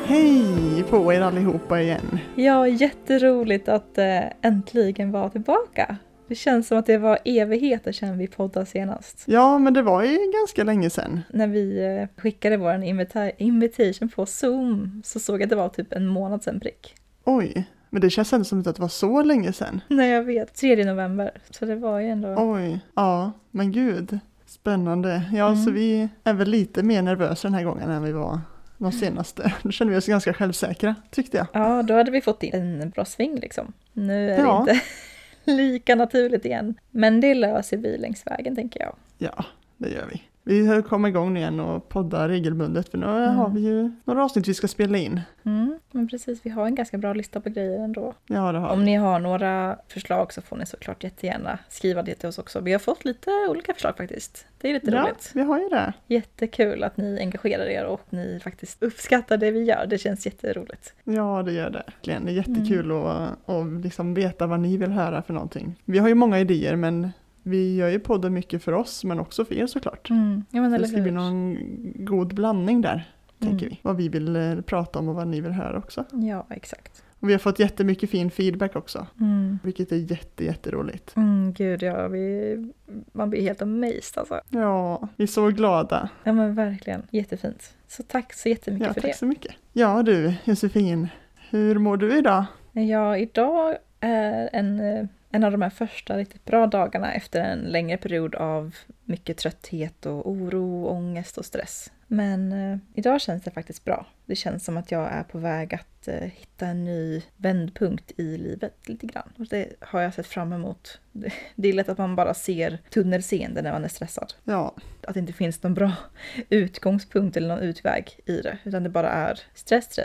Hej på er allihopa igen. Ja, jätteroligt att äntligen vara tillbaka. Det känns som att det var evigheter sedan vi poddade senast. Ja, men det var ju ganska länge sedan. När vi skickade vår invitation på Zoom så såg jag att det var typ en månad sedan prick. Oj, men det känns ändå som att det var så länge sedan. Nej, jag vet. 3 november. Så det var ju ändå... Oj, ja, men gud. Spännande. Ja, så vi är väl lite mer nervösa den här gången än vi var de senaste. Då kände vi oss ganska självsäkra, tyckte jag. Ja, då hade vi fått in en bra sving liksom. Nu är det inte lika naturligt igen. Men det löser vi längs vägen, tänker jag. Ja, det gör vi. Vi kommer igång igen och poddar regelbundet, för nu har vi ju några avsnitt vi ska spela in. Men precis, vi har en ganska bra lista på grejer ändå. Ja, det har vi. Om ni har några förslag så får ni såklart jättegärna skriva det till oss också. Vi har fått lite olika förslag faktiskt. Det är lite roligt. Ja, vi har ju det. Jättekul att ni engagerar er och ni faktiskt uppskattar det vi gör. Det känns jätteroligt. Ja, det gör det. Det är jättekul att liksom veta vad ni vill höra för någonting. Vi har ju många idéer, men vi gör ju podden mycket för oss, men också för er såklart. Ja, men det ska bli någon god blandning där, tänker vi. Vad vi vill prata om och vad ni vill höra också. Ja, exakt. Och vi har fått jättemycket fin feedback också, vilket är jätteroligt. Gud, ja, man blir helt amazed alltså. Ja, vi är så glada. Ja, men verkligen. Jättefint. Så tack så jättemycket för det. Ja, tack så mycket. Ja du, Josefin, hur mår du idag? Ja, idag är en av de här första riktigt bra dagarna efter en längre period av mycket trötthet och oro, ångest och stress. Men idag känns det faktiskt bra. Det känns som att jag är på väg att hitta en ny vändpunkt i livet lite grann. Och det har jag sett fram emot. Det är lätt att man bara ser tunnelseende när man är stressad. Ja. Att det inte finns någon bra utgångspunkt eller någon utväg i det. Utan det bara är stress.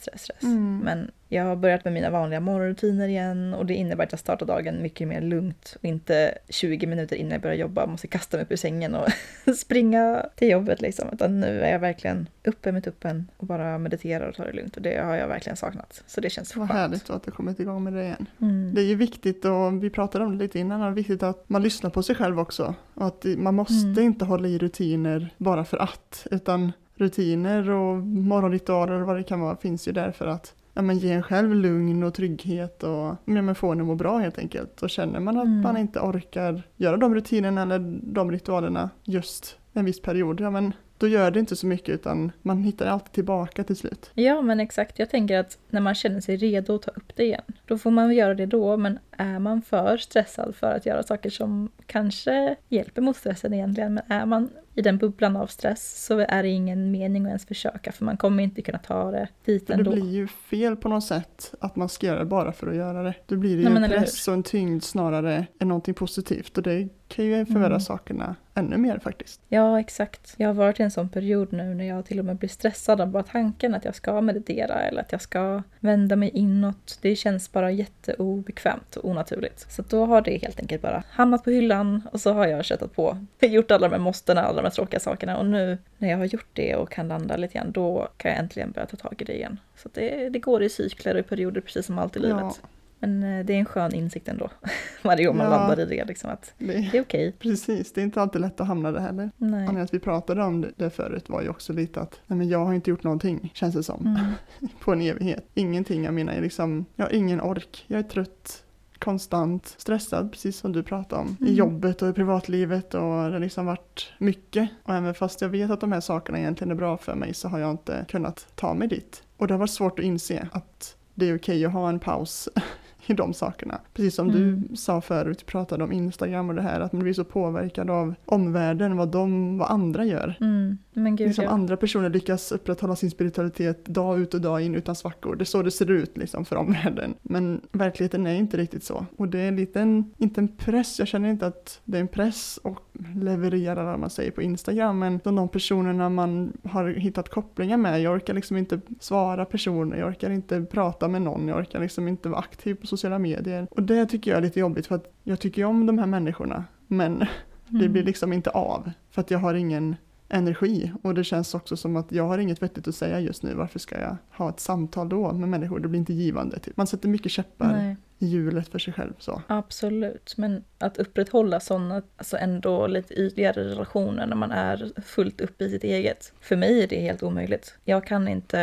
Men jag har börjat med mina vanliga morgonrutiner igen. Och det innebär att jag startar dagen mycket mer lugnt. Och inte 20 minuter innan jag börjar jobba måste kasta mig upp ur sängen och springa till jobbet liksom. Utan nu är jag verkligen uppe med tuppen och bara mediterar och tar det lugnt. Och det har jag verkligen saknat. Så det känns skönt. Vad härligt att du har kommit igång med det igen. Det är ju viktigt, och vi pratade om det lite innan, det är viktigt att man lyssnar på sig själv också. Och att man måste inte hålla i rutiner bara för att. Utan rutiner och morgonritualer och vad det kan vara finns ju där för att ge en själv lugn och trygghet och få en att må bra helt enkelt. Och känner man att man inte orkar göra de rutinerna eller de ritualerna just en viss period, då gör det inte så mycket, utan man hittar alltid tillbaka till slut. Ja, men exakt. Jag tänker att när man känner sig redo att ta upp det igen, då får man göra det då. Men är man för stressad för att göra saker som kanske hjälper mot stressen egentligen, men är man i den bubblan av stress så är det ingen mening att ens försöka, för man kommer inte kunna ta det dit ändå. Det blir ju fel på något sätt att man ska göra det bara för att göra det. Då blir det ju en press och en tyngd snarare än någonting positivt, och det kan ju förvärra sakerna ännu mer faktiskt. Ja, exakt. Jag har varit i en sån period nu när jag till och med blir stressad av bara tanken att jag ska meditera eller att jag ska vända mig inåt. Det känns bara jätteobekvämt och onaturligt. Så då har det helt enkelt bara hamnat på hyllan, och så har jag köttat på. Jag har gjort alla de här måstena, alla de här tråkiga sakerna, och nu när jag har gjort det och kan landa lite grann, då kan jag äntligen börja ta tag i det igen. Så det går i cykler och i perioder precis som allt i livet. Men det är en skön insikt ändå. Varje gång man landar i det. Liksom, att det är okej. Precis, det är inte alltid lätt att hamna där heller. Anledningen att vi pratade om det förut var ju också lite att jag har inte gjort någonting, känns det som. På en evighet. Ingenting, jag menar liksom, jag har ingen ork. Jag är trött, konstant stressad, precis som du pratade om. I jobbet och i privatlivet, och det har liksom varit mycket. Och även fast jag vet att de här sakerna egentligen är bra för mig, så har jag inte kunnat ta mig dit. Och det har varit svårt att inse att det är okej att ha en paus i de sakerna. Precis som du sa förut, pratade om Instagram och det här, att man blir så påverkad av omvärlden, vad andra gör. Men gud, liksom andra personer lyckas upprätthålla sin spiritualitet dag ut och dag in utan svackor. Det är så det ser ut liksom för omvärlden. Men verkligheten är inte riktigt så. Och det är inte en press. Jag känner inte att det är en press att leverera vad man säger på Instagram. Men de personerna man har hittat kopplingar med, jag orkar liksom inte svara personer, jag orkar inte prata med någon, jag orkar liksom inte vara aktiv på sociala medier. Och det tycker jag är lite jobbigt, för att jag tycker om de här människorna, men det blir liksom inte av, för att jag har ingen energi, och det känns också som att jag har inget vettigt att säga just nu. Varför ska jag ha ett samtal då med människor? Det blir inte givande. Typ. Man sätter mycket käppar i hjulet för sig själv. Så. Absolut, men att upprätthålla sådana, alltså ändå lite ytligare relationer när man är fullt upp i sitt eget. För mig är det helt omöjligt. Jag kan inte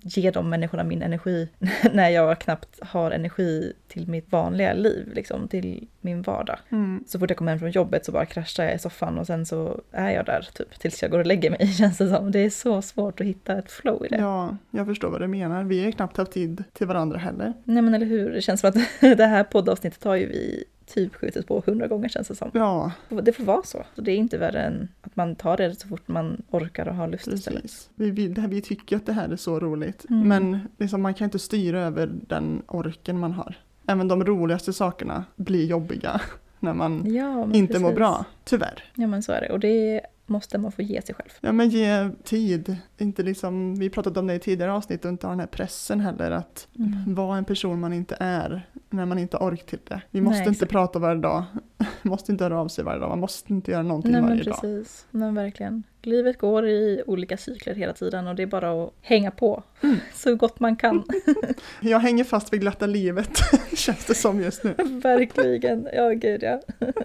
ge de människorna min energi när jag knappt har energi till mitt vanliga liv, liksom, till min vardag. Så fort jag kommer hem från jobbet så bara kraschar jag i soffan och sen så är jag där typ tills jag går och lägger mig, känns det som. Det är så svårt att hitta ett flow i det. Ja, jag förstår vad du menar. Vi har knappt haft tid till varandra heller. Nej, men eller hur? Det känns som att det här poddavsnittet har ju vi typ skjutit på 100 gånger, känns det som. Ja. Det får vara så. Så det är inte värre än att man tar det så fort man orkar och har lust istället. Precis. Vi tycker att det här är så roligt. Men liksom, man kan inte styra över den orken man har. Även de roligaste sakerna blir jobbiga när man inte mår bra. Tyvärr. Ja, men så är det. Och det måste man få ge sig själv. Ja, men ge tid. Inte liksom, vi pratade om det i tidigare avsnitt och inte ha den här pressen heller att vara en person man inte är när man inte orkar till det. Vi måste inte prata varje dag. Måste inte höra av sig varje dag. Man måste inte göra någonting varje dag. Precis. Nej, verkligen. Livet går i olika cykler hela tiden och det är bara att hänga på så gott man kan. Jag hänger fast vid glatta livet, känns det som just nu. Verkligen. Ja, gud ja.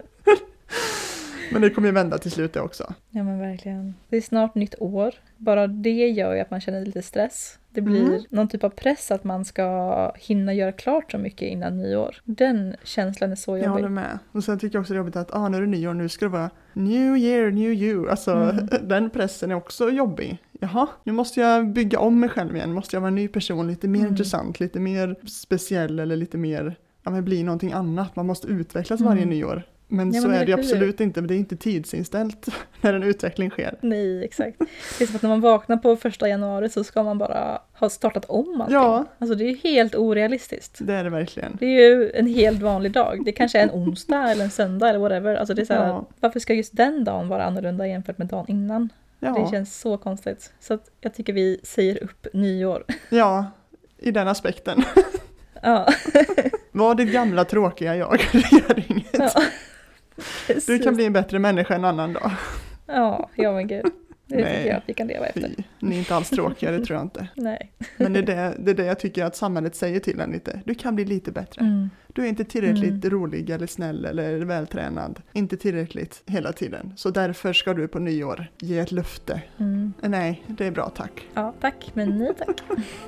Men det kommer ju vända till slut det också. Ja, men verkligen. Det är snart nytt år. Bara det gör ju att man känner lite stress. Det blir någon typ av press att man ska hinna göra klart så mycket innan nyår. Den känslan är så jobbig. Jag håller med. Och sen tycker jag också det är jobbigt att nu är det nyår, nu ska det vara New Year, New You. Alltså den pressen är också jobbig. Jaha, nu måste jag bygga om mig själv igen. Måste jag vara en ny person, lite mer intressant, lite mer speciell eller lite mer, bli någonting annat. Man måste utvecklas varje nyår. Men så är det absolut inte, det är inte tidsinställt när en utveckling sker. Nej, exakt. Det är som att när man vaknar på 1 januari så ska man bara ha startat om allting. Ja. Alltså det är ju helt orealistiskt. Det är det verkligen. Det är ju en helt vanlig dag. Det kanske är en onsdag eller en söndag eller whatever. Alltså det är så här, varför ska just den dagen vara annorlunda jämfört med dagen innan? Ja. Det känns så konstigt. Så att jag tycker vi säger upp nyår. Ja, i den aspekten. Ja. Var ditt gamla tråkiga jag, det gör inget. Ja. Du kan bli en bättre människa en annan dag. Ja, men gud. Det tycker jag att vi kan leva efter. Ni är inte alls tråkiga, det tror jag inte. Nej. Men det är det jag tycker att samhället säger till en lite. Du kan bli lite bättre. Du är inte tillräckligt rolig eller snäll eller vältränad. Inte tillräckligt hela tiden. Så därför ska du på nyår ge ett löfte. Nej, det är bra, tack. Ja, tack. Men nej tack.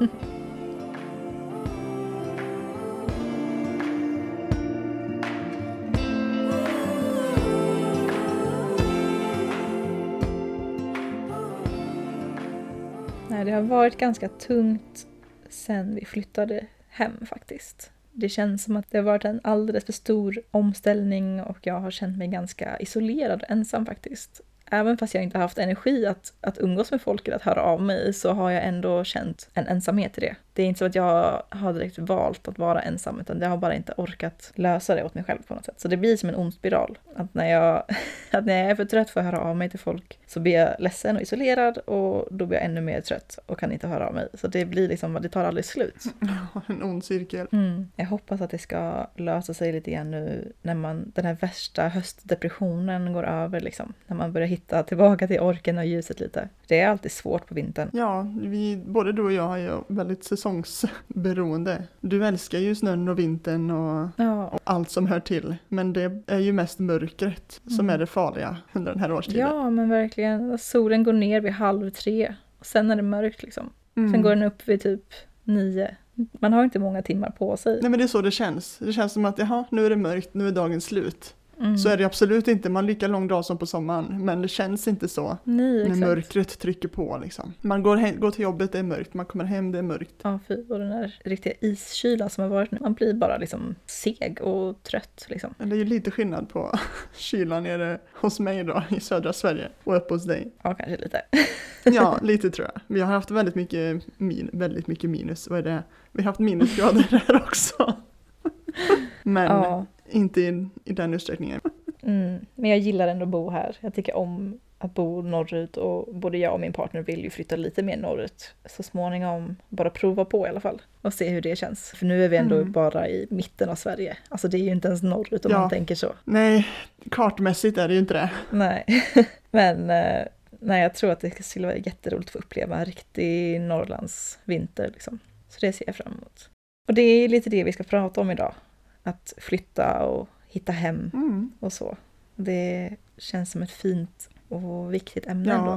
Det har varit ganska tungt sen vi flyttade hem faktiskt. Det känns som att det har varit en alldeles för stor omställning och jag har känt mig ganska isolerad och ensam faktiskt. Även fast jag inte haft energi att umgås med folk eller att höra av mig så har jag ändå känt en ensamhet i det. Det är inte så att jag har direkt valt att vara ensam utan jag har bara inte orkat lösa det åt mig själv på något sätt. Så det blir som en ond spiral. Att när jag är för trött för att höra av mig till folk så blir jag ledsen och isolerad och då blir jag ännu mer trött och kan inte höra av mig. Så det blir liksom, det tar aldrig slut. En ond cirkel. Jag hoppas att det ska lösa sig lite grann nu när den här värsta höstdepressionen går över liksom. När man börjar hitta tillbaka till orken och ljuset lite. Det är alltid svårt på vintern. Ja, både du och jag är ju väldigt säsongsberoende. Du älskar ju snön och vintern och allt som hör till. Men det är ju mest mörkret som är det farliga under den här årstiden. Ja, men verkligen. Solen går ner vid 2:30 och sen är det mörkt liksom. Sen går den upp vid typ 9. Man har inte många timmar på sig. Nej, men det är så det känns. Det känns som att nu är det mörkt, nu är dagen slut. Så är det absolut inte. Man har lika lång dag som på sommaren. Men det känns inte så. Nej, när mörkret trycker på liksom. Man går till jobbet, det är mörkt. Man kommer hem, det är mörkt. Ja, och den där riktiga iskylan som har varit nu. Man blir bara liksom seg och trött liksom. Det är ju lite skillnad på kylan nere hos mig då i södra Sverige och uppe hos dig. Ja, kanske lite. Ja, lite tror jag. Vi har haft väldigt mycket minus. Vad är det? Vi har haft minusgrader här också. Men inte i den utsträckningen. Men jag gillar ändå att bo här. Jag tycker om att bo norrut och både jag och min partner vill ju flytta lite mer norrut. Så småningom bara prova på i alla fall och se hur det känns. För nu är vi ändå bara i mitten av Sverige. Alltså det är ju inte ens norrut om man tänker så. Nej, kartmässigt är det ju inte det. Nej, men jag tror att det skulle vara jätteroligt att få uppleva en riktig Norrlands vinter liksom. Så det ser jag fram emot. Och det är lite det vi ska prata om idag. Att flytta och hitta hem och så. Det känns som ett fint och viktigt ämne ändå.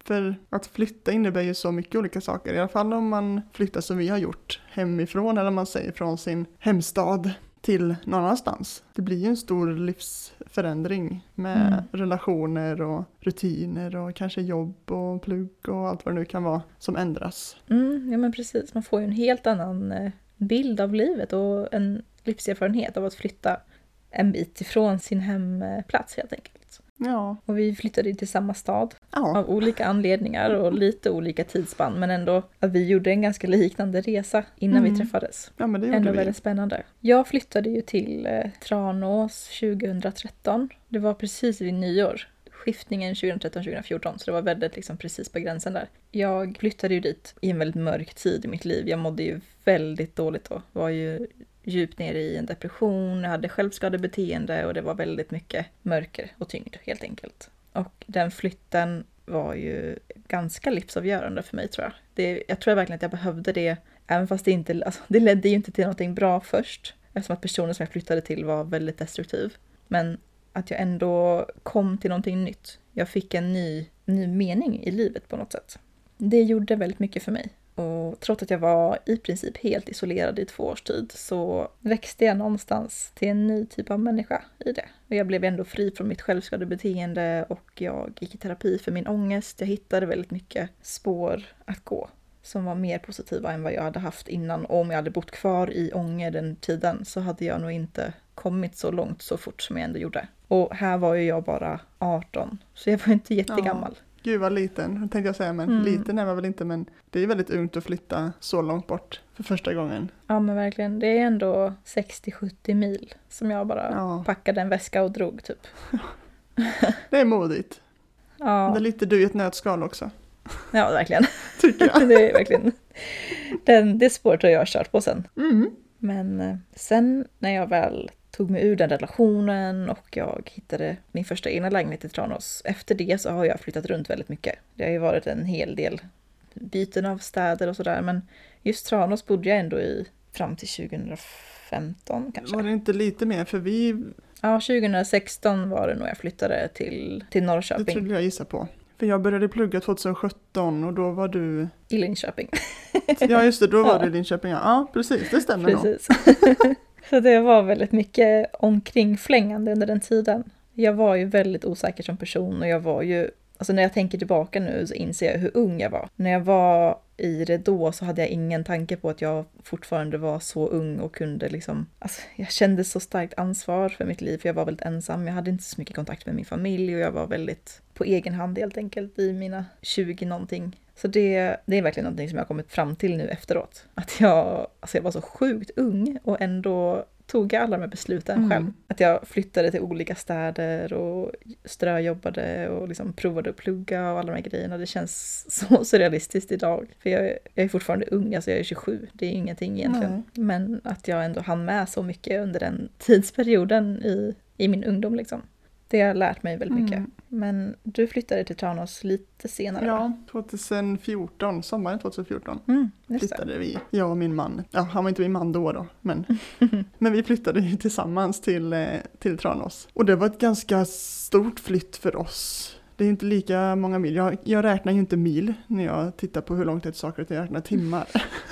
För att flytta innebär ju så mycket olika saker. I alla fall om man flyttar som vi har gjort hemifrån, eller man säger från sin hemstad till någon annanstans. Det blir ju en stor livsförändring med relationer och rutiner och kanske jobb och plugg och allt vad det nu kan vara som ändras. Ja men precis, man får ju en helt annan bild av livet och en livserfarenhet av att flytta en bit ifrån sin hemplats helt enkelt. Ja. Och vi flyttade till samma stad av olika anledningar och lite olika tidsspann, men ändå att vi gjorde en ganska liknande resa innan vi träffades. Ja, men det gjorde ändå vi. Väldigt spännande. Jag flyttade ju till Tranås 2013. Det var precis vid nyår. Skiftningen 2013-2014, så det var väldigt liksom precis på gränsen där. Jag flyttade ju dit i en väldigt mörk tid i mitt liv. Jag mådde ju väldigt dåligt då. Var ju djupt nere i en depression, jag hade självskadebeteende och det var väldigt mycket mörker och tyngd helt enkelt. Och den flytten var ju ganska livsavgörande för mig tror jag. Jag tror verkligen att jag behövde det, även fast det ledde ju inte till någonting bra först. Eftersom att personen som jag flyttade till var väldigt destruktiv. Men att jag ändå kom till någonting nytt. Jag fick en ny mening i livet på något sätt. Det gjorde väldigt mycket för mig. Och trots att jag var i princip helt isolerad i 2 års tid så växte jag någonstans till en ny typ av människa i det. Och jag blev ändå fri från mitt självskadebeteende och jag gick i terapi för min ångest. Jag hittade väldigt mycket spår att gå som var mer positiva än vad jag hade haft innan. Och om jag hade bott kvar i Ånge den tiden så hade jag nog inte kommit så långt så fort som jag ändå gjorde. Och här var ju jag bara 18, så jag var inte jättegammal. Ja. Gud vad liten, tänkte jag säga, men liten är man väl inte, men det är väldigt ungt att flytta så långt bort för första gången. Ja men verkligen, det är ändå 60-70 mil som jag bara packade en väska och drog typ. Det är modigt. Ja. Det är lite du i ett nötskal också. Ja verkligen. Tycker jag. Det är verkligen, det spåret har jag kört på sen. Men sen när jag väl tog mig ur den relationen och jag hittade min första egna lägenhet i Tranås. Efter det så har jag flyttat runt väldigt mycket. Det har ju varit en hel del byten av städer och sådär. Men just Tranås bodde jag ändå i fram till 2015 kanske. Var det inte lite mer? För vi... Ja, 2016 var det nog jag flyttade till Norrköping. Det skulle jag gissa på. För jag började plugga 2017 och då var du... I Linköping. Ja just det, då var du i Linköping. Ja precis, det stämmer nog. Precis. Så det var väldigt mycket omkringflängande under den tiden. Jag var ju väldigt osäker som person och jag var ju, alltså när jag tänker tillbaka nu så inser jag hur ung jag var. När jag var i det då så hade jag ingen tanke på att jag fortfarande var så ung och kunde liksom, alltså jag kände så starkt ansvar för mitt liv för jag var väldigt ensam. Jag hade inte så mycket kontakt med min familj och jag var väldigt på egen hand helt enkelt i mina 20 någonting. Så det är verkligen någonting som jag har kommit fram till nu efteråt. Att jag var så sjukt ung och ändå tog jag alla de här besluten själv. Att jag flyttade till olika städer och ströjobbade och liksom provade att plugga och alla de här grejerna. Det känns så surrealistiskt idag. För jag är fortfarande ung, alltså jag är 27. Det är ingenting egentligen. Nej. Men att jag ändå hann med så mycket under den tidsperioden i min ungdom liksom. Det har lärt mig väldigt mycket. Men du flyttade till Tranås lite senare. Ja, 2014, sommaren 2014 flyttade vi. Jag och min man. Ja, han var inte min man då. Men vi flyttade ju tillsammans till Tranås. Och det var ett ganska stort flytt för oss. Det är inte lika många mil. Jag räknar ju inte mil när jag tittar på hur långt det är saker, utan jag räknar timmar.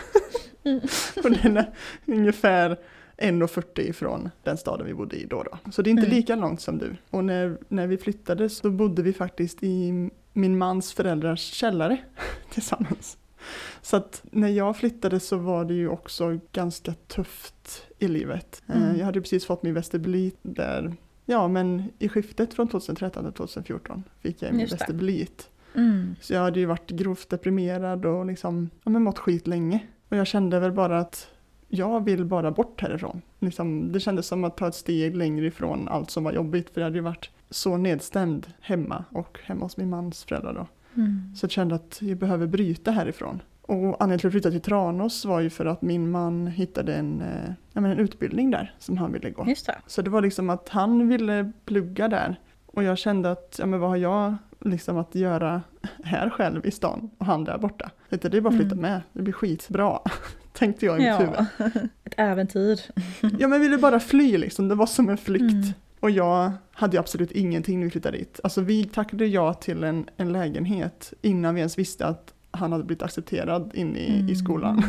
Och det är ungefär 1,40 ifrån den staden vi bodde i då. Så det är inte lika långt som du. Och när vi flyttade så bodde vi faktiskt i min mans föräldrars källare tillsammans. Så att när jag flyttade så var det ju också ganska tufft i livet. Jag hade precis fått min vestibulit där. Ja, men i skiftet från 2013 till 2014 fick jag min vestibulit. Så jag hade ju varit grovt deprimerad och liksom, mått skit länge. Och jag kände väl bara att jag vill bara bort härifrån. Liksom, det kändes som att ta ett steg längre ifrån allt som var jobbigt. För jag hade ju varit så nedstämd hemma och hemma hos min mans föräldrar då. Så jag kände att jag behöver bryta härifrån. Och anledningen till att flytta till Tranås var ju för att min man hittade en utbildning där som han ville gå. Just det. Så det var liksom att han ville plugga där. Och jag kände att, vad har jag liksom att göra här själv i stan och han där borta. Det är bara att flytta med, det blir skitbra. Tänkte jag i mitt huvud. Ett äventyr. Ja, men jag ville bara fly liksom, det var som en flykt. Och jag hade ju absolut ingenting när vi flyttade dit. Alltså vi tackade ja till en lägenhet innan vi ens visste att han hade blivit accepterad in i skolan.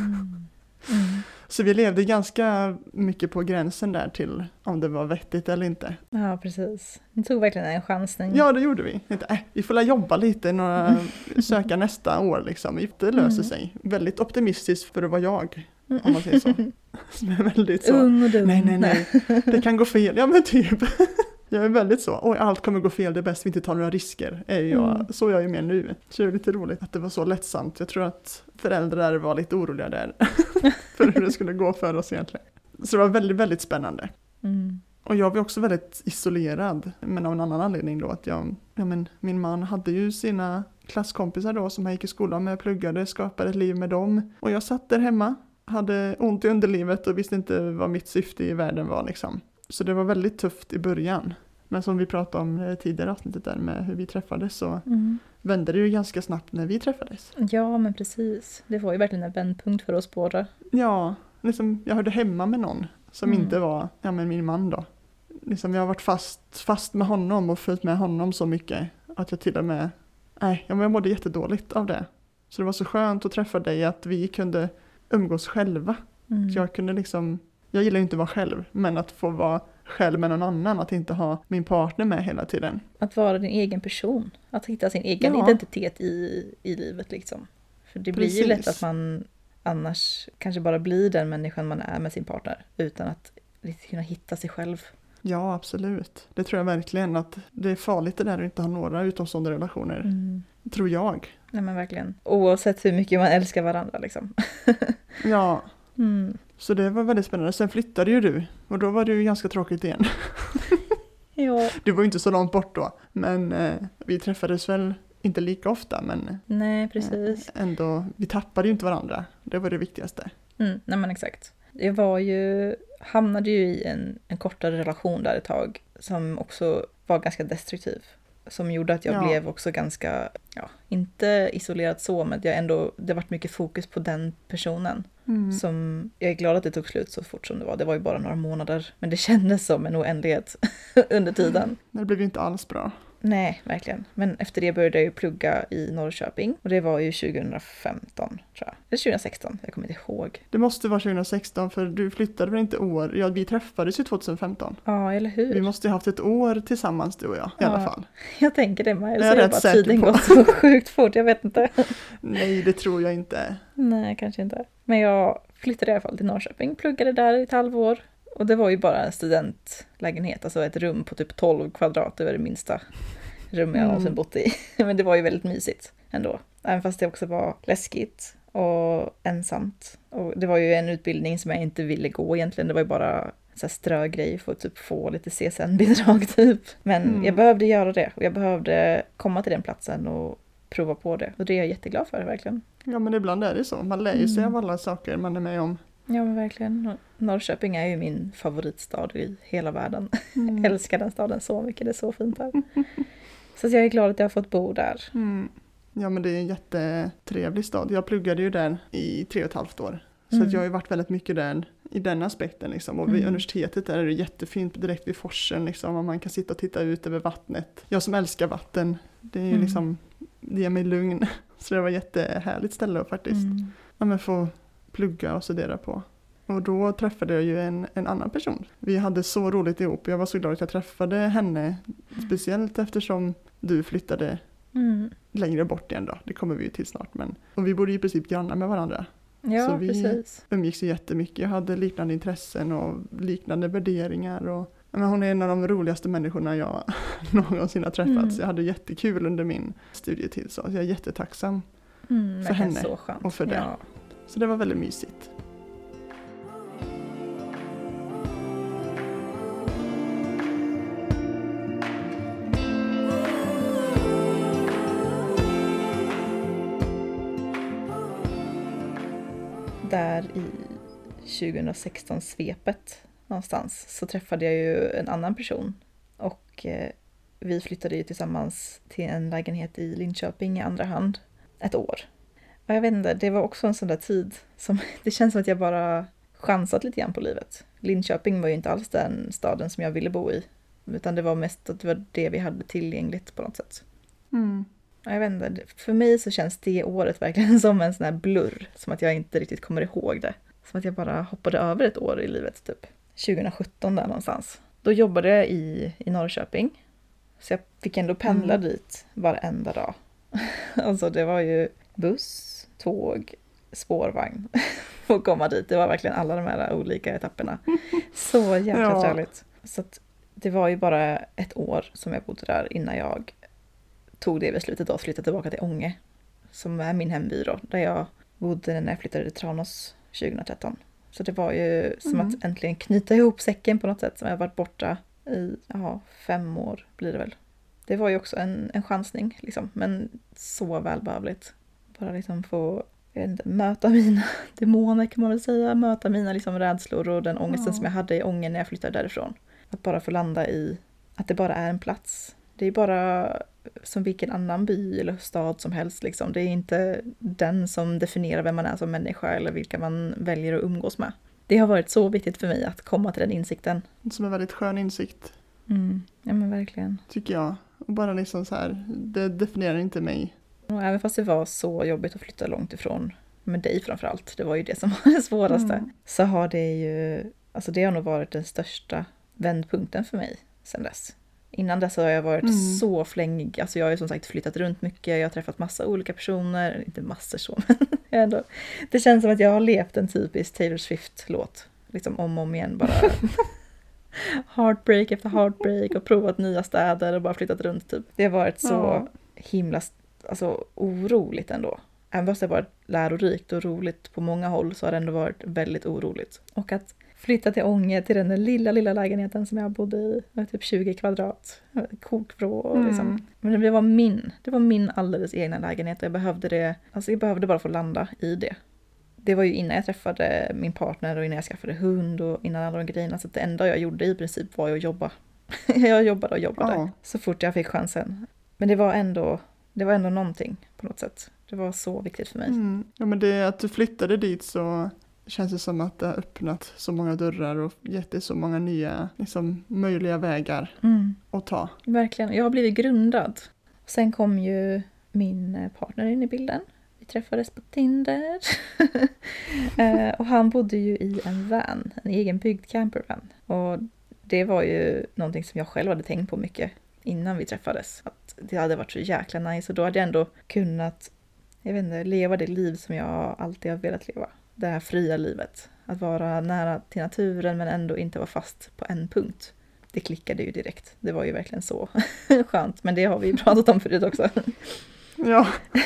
Så vi levde ganska mycket på gränsen där till om det var vettigt eller inte. Ja, precis. Ni tog verkligen en chansning. Ja, det gjorde vi. Vi får jobba lite, söka nästa år liksom. Det löser sig. Väldigt optimistiskt för att vara jag, om man säger så. Som är väldigt så. Ung och dum. Nej. Det kan gå fel. Ja, men typ. Jag är väldigt så. Oj, allt kommer gå fel. Det är bäst vi inte tar några risker. Så är jag ju mer nu. Så det är lite roligt att det var så lättsamt. Jag tror att föräldrar var lite oroliga där. För hur det skulle gå för oss egentligen. Så det var väldigt, väldigt spännande. Och jag var också väldigt isolerad. Men av en annan anledning då. Att min man hade ju sina klasskompisar då som jag gick i skolan med, pluggade, skapade ett liv med dem. Och jag satt där hemma. Hade ont i underlivet och visste inte vad mitt syfte i världen var liksom. Så det var väldigt tufft i början. Men som vi pratade om tidigare avsnittet där med hur vi träffades så vände det ju ganska snabbt när vi träffades. Ja, men precis. Det var ju verkligen en vändpunkt för oss båda. Ja, liksom, jag hörde hemma med någon som inte var min man då. Liksom, jag har varit fast med honom och följt med honom så mycket att jag till och med jag mådde jättedåligt av det. Så det var så skönt att träffa dig att vi kunde umgås själva. Så jag kunde jag gillar ju inte att vara själv, men att få vara själv med någon annan, att inte ha min partner med hela tiden. Att vara din egen person, att hitta sin egen identitet i livet liksom. För det blir ju lätt att man annars kanske bara blir den människan man är med sin partner, utan att kunna hitta sig själv. Ja, absolut. Det tror jag verkligen, att det är farligt det där att inte ha några utomstående relationer. Tror jag. Nej, men verkligen. Oavsett hur mycket man älskar varandra liksom. Ja. Så det var väldigt spännande. Sen flyttade ju du. Och då var det ju ganska tråkigt igen. Ja. Du var ju inte så långt bort då. Men vi träffades väl inte lika ofta. Men nej, precis. Ändå, vi tappade ju inte varandra. Det var det viktigaste. Nej, men exakt. Jag hamnade ju i en kortare relation där ett tag. Som också var ganska destruktiv. Som gjorde att jag blev också ganska, inte isolerad så, men det varit mycket fokus på den personen. Som, jag är glad att det tog slut så fort som det var. Det var ju bara några månader. Men det kändes som en oändlighet under tiden. Det blev ju inte alls bra. Nej, verkligen. Men efter det började jag ju plugga i Norrköping. Och det var ju 2015, tror jag. Eller 2016, jag kommer inte ihåg. Det måste vara 2016, för du flyttade väl inte år? Ja, vi träffades ju 2015. Ja, eller hur? Vi måste ha haft ett år tillsammans, du och jag, i alla fall. Jag tänker det med. Jag är rätt säker tiden på. gått så sjukt fort, jag vet inte. Nej, det tror jag inte. Nej, kanske inte. Men jag flyttade i alla fall till Norrköping, pluggade där i ett halvår. Och det var ju bara en studentlägenhet, alltså ett rum på typ 12 kvadrat, det var det minsta rum jag någonsin bott i. Men det var ju väldigt mysigt ändå. Även fast det också var läskigt och ensamt. Och det var ju en utbildning som jag inte ville gå egentligen, det var ju bara så här strögrej för att typ få lite CSN-bidrag typ. Men jag behövde göra det och jag behövde komma till den platsen och prova på det. Och det är jag jätteglad för, verkligen. Ja, men ibland är det så. Man lär ju sig av alla saker man är med om. Ja, men verkligen. Norrköping är ju min favoritstad i hela världen. Jag älskar den staden så mycket, det är så fint där. Så jag är glad att jag har fått bo där. Ja, men det är en jättetrevlig stad. Jag pluggade ju där i 3,5 år. Så att jag har ju varit väldigt mycket där i den aspekten. Liksom. Och vid universitetet där är det jättefint direkt vid forsen. Liksom, och man kan sitta och titta ut över vattnet. Jag som älskar vatten, det är ju liksom, det ger mig lugn. Så det var ett jättehärligt ställe faktiskt. Få plugga och studera på. Och då träffade jag ju en annan person. Vi hade så roligt ihop. Jag var så glad att jag träffade henne. Speciellt eftersom du flyttade längre bort igen då. Det kommer vi ju till snart. Och vi bodde i princip grannar med varandra. Ja, så vi precis. Umgicks ju jättemycket. Jag hade liknande intressen och liknande värderingar. Men hon är en av de roligaste människorna jag någonsin har träffat. Så jag hade jättekul under min studietid. Så jag är jättetacksam för henne så skönt. och för det. Ja. Så det var väldigt mysigt. Där i 2016-svepet någonstans så träffade jag ju en annan person. Och vi flyttade ju tillsammans till en lägenhet i Linköping i andra hand ett år. Och jag vet inte, det var också en sån där tid som det känns som att jag bara chansat lite grann på livet. Linköping var ju inte alls den staden som jag ville bo i. Utan det var mest att det var det vi hade tillgängligt på något sätt. Mm. Jag vet inte, för mig så känns det året verkligen som en sån här blurr. Som att jag inte riktigt kommer ihåg det. Som att jag bara hoppade över ett år i livet typ. 2017 där någonstans. Då jobbade jag i Norrköping. Så jag fick ändå pendla dit varenda dag. Alltså det var ju buss, tåg, spårvagn. För att komma dit. Det var verkligen alla de här olika etapperna. Så jäkla trevligt. Så att det var ju bara ett år som jag bodde där innan jag tog det beslutet och flyttade tillbaka till Ånge. Som är min hembyrå. Där jag bodde när jag flyttade till Tranås 2013. Så det var ju som att äntligen knyta ihop säcken på något sätt. Som jag varit borta i 5 år blir det väl. Det var ju också en chansning liksom. Men så välbehövligt. Bara liksom få möta mina demoner kan man väl säga. Möta mina liksom rädslor och den ångesten som jag hade i Ånge när jag flyttade därifrån. Att bara få landa i att det bara är en plats. Det är bara som vilken annan by eller stad som helst. Liksom. Det är inte den som definierar vem man är som människa eller vilka man väljer att umgås med. Det har varit så viktigt för mig att komma till den insikten. Som en väldigt skön insikt. Ja men verkligen. Tycker jag. Och bara liksom så här, det definierar inte mig. Och även fast det var så jobbigt att flytta långt ifrån med dig framförallt. Det var ju det som var det svåraste. Så har det ju, alltså det har nog varit den största vändpunkten för mig sedan dess. Innan dess har jag varit så flängig. Alltså jag har ju som sagt flyttat runt mycket. Jag har träffat massa olika personer. Inte massor så, men ändå. Det känns som att jag har levt en typisk Taylor Swift-låt. Liksom om och om igen bara. Heartbreak efter heartbreak. Och provat nya städer och bara flyttat runt typ. Det har varit så himla oroligt ändå. Även fast det har varit lärorikt och roligt på många håll så har det ändå varit väldigt oroligt. Och att flytta till Ånge, till den lilla lägenheten som jag bodde i. Typ 20 kvadrat. Kokvrå och liksom. Men det var min alldeles egna lägenhet. Jag behövde det. Alltså jag behövde bara få landa i det. Det var ju innan jag träffade min partner och innan jag skaffade hund och innan alla de grejerna. Så det enda jag gjorde i princip var att jobba. Jag jobbade så fort jag fick chansen. Men det var ändå någonting på något sätt. Det var så viktigt för mig. Ja, men det att du flyttade dit så känns det som att det har öppnat så många dörrar och gett dig så många nya liksom, möjliga vägar att ta. Verkligen. Jag har blivit grundad. Sen kom ju min partner in i bilden. Vi träffades på Tinder. Och han bodde ju i en van. En egenbyggd campervan. Och det var ju någonting som jag själv hade tänkt på mycket innan vi träffades. Att det hade varit så jäkla nice. Och då hade jag ändå kunnat leva det liv som jag alltid har velat leva. Det här fria livet. Att vara nära till naturen men ändå inte vara fast på en punkt. Det klickade ju direkt. Det var ju verkligen så skönt. Men det har vi ju pratat om förut också. Ja.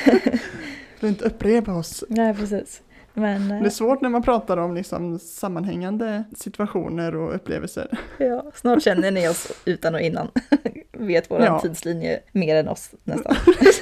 Du inte upprepa oss. Nej, precis. Men, det är svårt när man pratar om liksom sammanhängande situationer och upplevelser. Ja, snart känner ni oss utan och innan. Vet vår tidslinje mer än oss nästan.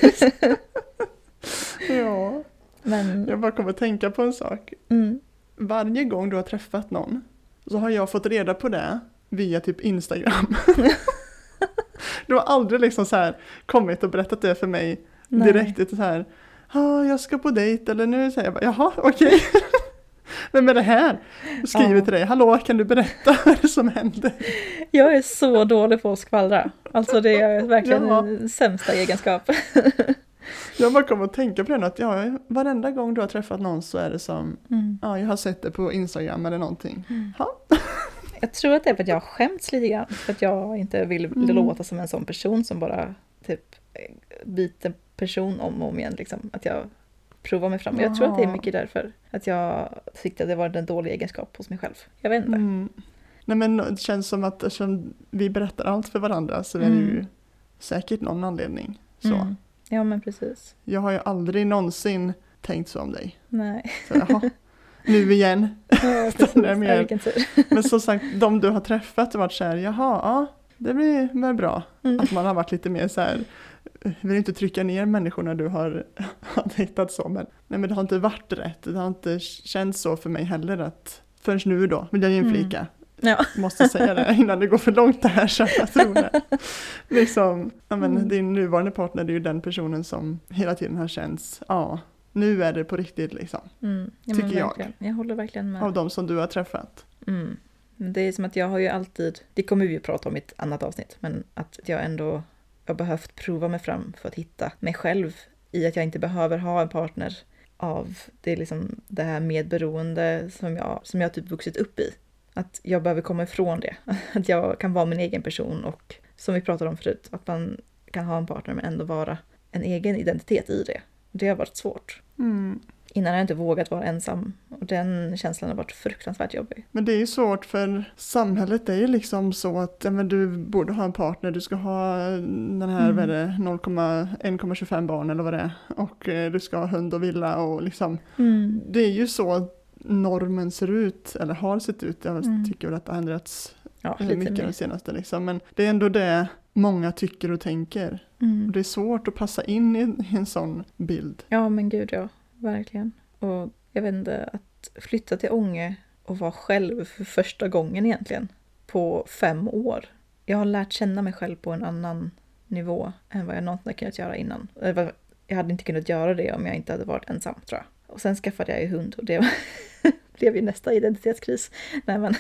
Ja. Men jag bara kommer att tänka på en sak. Varje gång du har träffat någon så har jag fått reda på det via typ Instagram. Du har aldrig liksom så här kommit och berättat det för mig direkt. Så här, jag ska på dejt eller nu säger jag bara, jaha, okej. Vem är det här? Jag skriver till dig, hallå, kan du berätta vad det som händer? Jag är så dålig på att skvallra. Alltså det är verkligen den sämsta egenskap. Jag bara kommer att tänka på det att varenda gång du har träffat någon så är det som, jag har sett det på Instagram eller någonting. Jag tror att det är för att jag har skämts lite grann. För att jag inte vill låta som en sån person som bara typ byter person om och om igen. Liksom. Att jag provar mig fram. Jag tror att det är mycket därför. Att jag tyckte att det var en dålig egenskap hos mig själv. Jag vet inte. Nej, men det känns som att eftersom vi berättar allt för varandra så är det ju säkert någon anledning. Så. Ja, men precis. Jag har ju aldrig någonsin tänkt så om dig. Nej. Så, nu igen. Ja, precis. Men som sagt, de du har träffat har varit så här, det blir väl bra. Att man har varit lite mer så här, vill inte trycka ner människorna du har dejtat så. Men det har inte varit rätt. Det har inte känts så för mig heller att, förrän nu då, vill jag inflika. Ja. Måste säga det innan det går för långt det här, så jag tror det. Liksom, din nuvarande partner är ju den personen som hela tiden har känts, nu är det på riktigt liksom. Ja, tycker jag. Jag håller verkligen med. Av de som du har träffat. Men det är som att jag har ju alltid, det kommer vi ju prata om i ett annat avsnitt, men att jag ändå har behövt prova mig fram för att hitta mig själv i att jag inte behöver ha en partner av det, liksom, det här medberoende som jag typ vuxit upp i. Att jag behöver komma ifrån det. Att jag kan vara min egen person och som vi pratade om förut, att man kan ha en partner men ändå vara en egen identitet i det. Det har varit svårt. Innan har jag inte vågat vara ensam och den känslan har varit fruktansvärt jobbig. Men det är ju svårt för samhället är ju liksom så att men du borde ha en partner, du ska ha den här 1,25 barn eller vad det är och du ska ha hund och villa och liksom det är ju så att normen ser ut eller har sett ut. Jag tycker väl att det har ändrats mycket den senaste liksom. Men det är ändå det många tycker och tänker. Och det är svårt att passa in i en sån bild. Ja men gud ja, verkligen. Och jag vet inte, att flytta till Ånge och vara själv för första gången egentligen på 5 år. Jag har lärt känna mig själv på en annan nivå än vad jag någonsin kunnat göra innan. Jag hade inte kunnat göra det om jag inte hade varit ensam tror jag. Och sen skaffade jag ju hund och det blev ju nästa identitetskris. Nej men...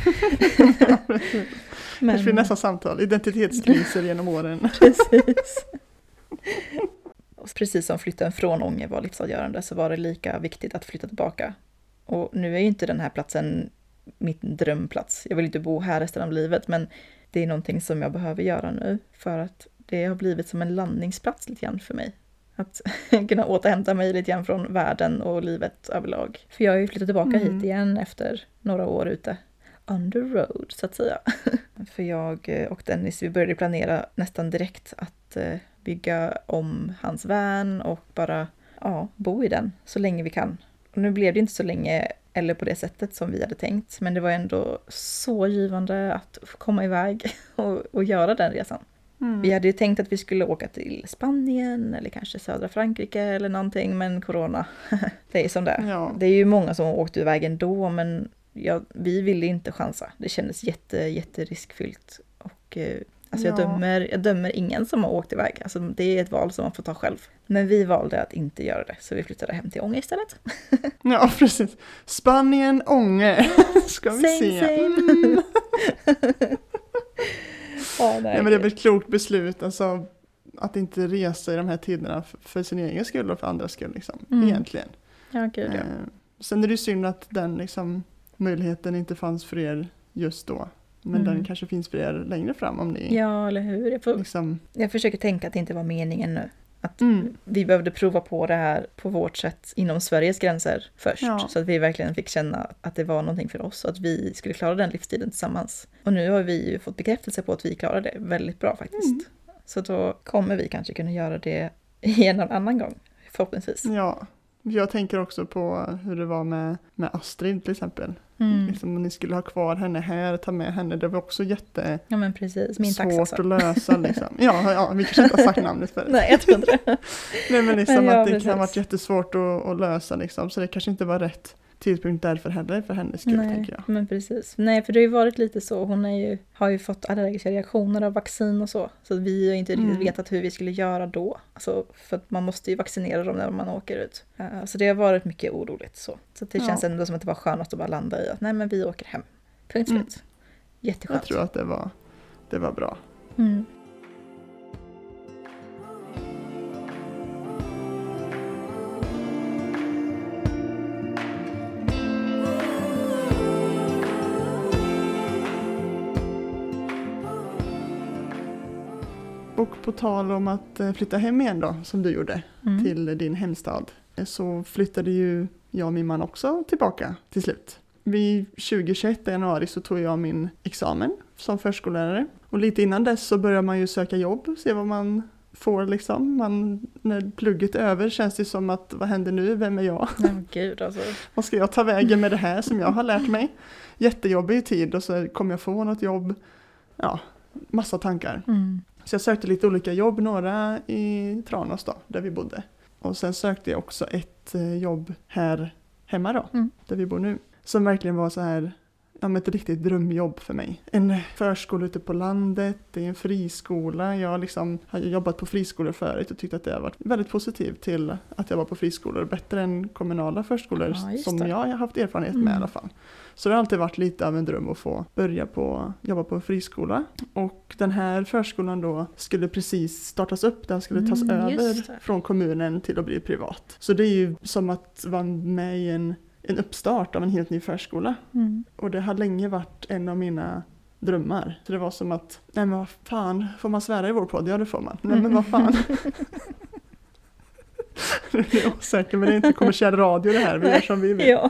Kanske vid nästa samtal. Identitetskriser genom åren. Precis. Och precis som flytten från Ånge var livsavgörande så var det lika viktigt att flytta tillbaka. Och nu är ju inte den här platsen min drömplats. Jag vill inte bo här resten av livet men det är någonting som jag behöver göra nu för att det har blivit som en landningsplats lite grann för mig. Att kunna återhämta mig lite grann från världen och livet överlag. För jag har ju flyttat tillbaka hit igen efter några år ute. On the road, så att säga. För jag och Dennis, vi började planera nästan direkt att bygga om hans van och bara bo i den så länge vi kan. Och nu blev det inte så länge eller på det sättet som vi hade tänkt. Men det var ändå så givande att få komma iväg och göra den resan. Vi hade ju tänkt att vi skulle åka till Spanien eller kanske södra Frankrike eller någonting, men corona, det är som det är. Ja. Det är ju många som åkte iväg ändå, men vi ville inte chansa. Det kändes jätte riskfyllt. Och alltså jag dömer ingen som har åkt iväg. Alltså det är ett val som man får ta själv. Men vi valde att inte göra det, så vi flyttade hem till Ånge istället. Ja, precis. Spanien, Ånge. Ska vi se. Same. Nej, men det är väl ett klokt beslut alltså, att inte resa i de här tiderna för sin egen skull och för andras skull liksom, egentligen. Ja, gud, ja. Sen är det ju synd att den liksom, möjligheten inte fanns för er just då. Men den kanske finns för er längre fram om ni... Ja, eller hur? Jag försöker tänka att det inte var meningen nu. Att vi behövde prova på det här på vårt sätt inom Sveriges gränser först. Ja. Så att vi verkligen fick känna att det var någonting för oss och att vi skulle klara den livstiden tillsammans. Och nu har vi ju fått bekräftelse på att vi klarar det väldigt bra faktiskt. Så då kommer vi kanske kunna göra det igen en annan gång, förhoppningsvis. Ja, jag tänker också på hur det var med Astrid till exempel. Liksom, om ni skulle ha kvar henne här, ta med henne, det var också ja, men precis. Min svårt taxa, att lösa. Liksom. Ja, vi kanske inte har sagt namnet för det. Nej, jag tror inte det. Nej, men liksom att det kan ha varit jättesvårt att lösa. Liksom, så det kanske inte var rätt tidpunkt därför heller för hennes skull, tänker jag. Men precis. Nej, för det har ju varit lite så. Hon har ju fått allergiska reaktioner av vaccin och så. Så vi har inte riktigt vetat hur vi skulle göra då. Alltså, för att man måste ju vaccinera dem när man åker ut. Så det har varit mycket oroligt så. Så det känns ändå som att det var skönt att bara landa i att nej, men vi åker hem. Punkt slut. Jätteskönt. Jag tror att det var bra. Och på tal om att flytta hem igen då, som du gjorde, till din hemstad, så flyttade ju jag och min man också tillbaka till slut. Vid 2021 i januari så tog jag min examen som förskollärare. Och lite innan dess så börjar man ju söka jobb, se vad man får liksom. När plugget är över känns det som att, vad händer nu? Vem är jag? Gud, alltså. Vad ska jag ta vägen med det här som jag har lärt mig? Jättejobbig tid och så kommer jag få något jobb. Ja, massa tankar. Så jag sökte lite olika jobb, några i Tranås då, där vi bodde. Och sen sökte jag också ett jobb här hemma då, där vi bor nu. Som verkligen var så här, ett riktigt drömjobb för mig. En förskola ute på landet, det är en friskola. Jag liksom har jobbat på friskolor förut och tyckt att det har varit väldigt positivt till att jag var på friskolor. Bättre än kommunala förskolor som jag har haft erfarenhet med i alla fall. Så det har alltid varit lite av en dröm att få börja jobba på en friskola. Och den här förskolan då skulle precis startas upp. Den skulle tas över från kommunen till att bli privat. Så det är ju som att vara med i en uppstart av en helt ny förskola. Och det har länge varit en av mina drömmar. Så det var som att, nej men vad fan, får man svära i vår podd? Ja, det får man. Nej men vad fan. Jag är osäker, men det är inte kommersiell radio det här. Vi gör som vi vill. Ja.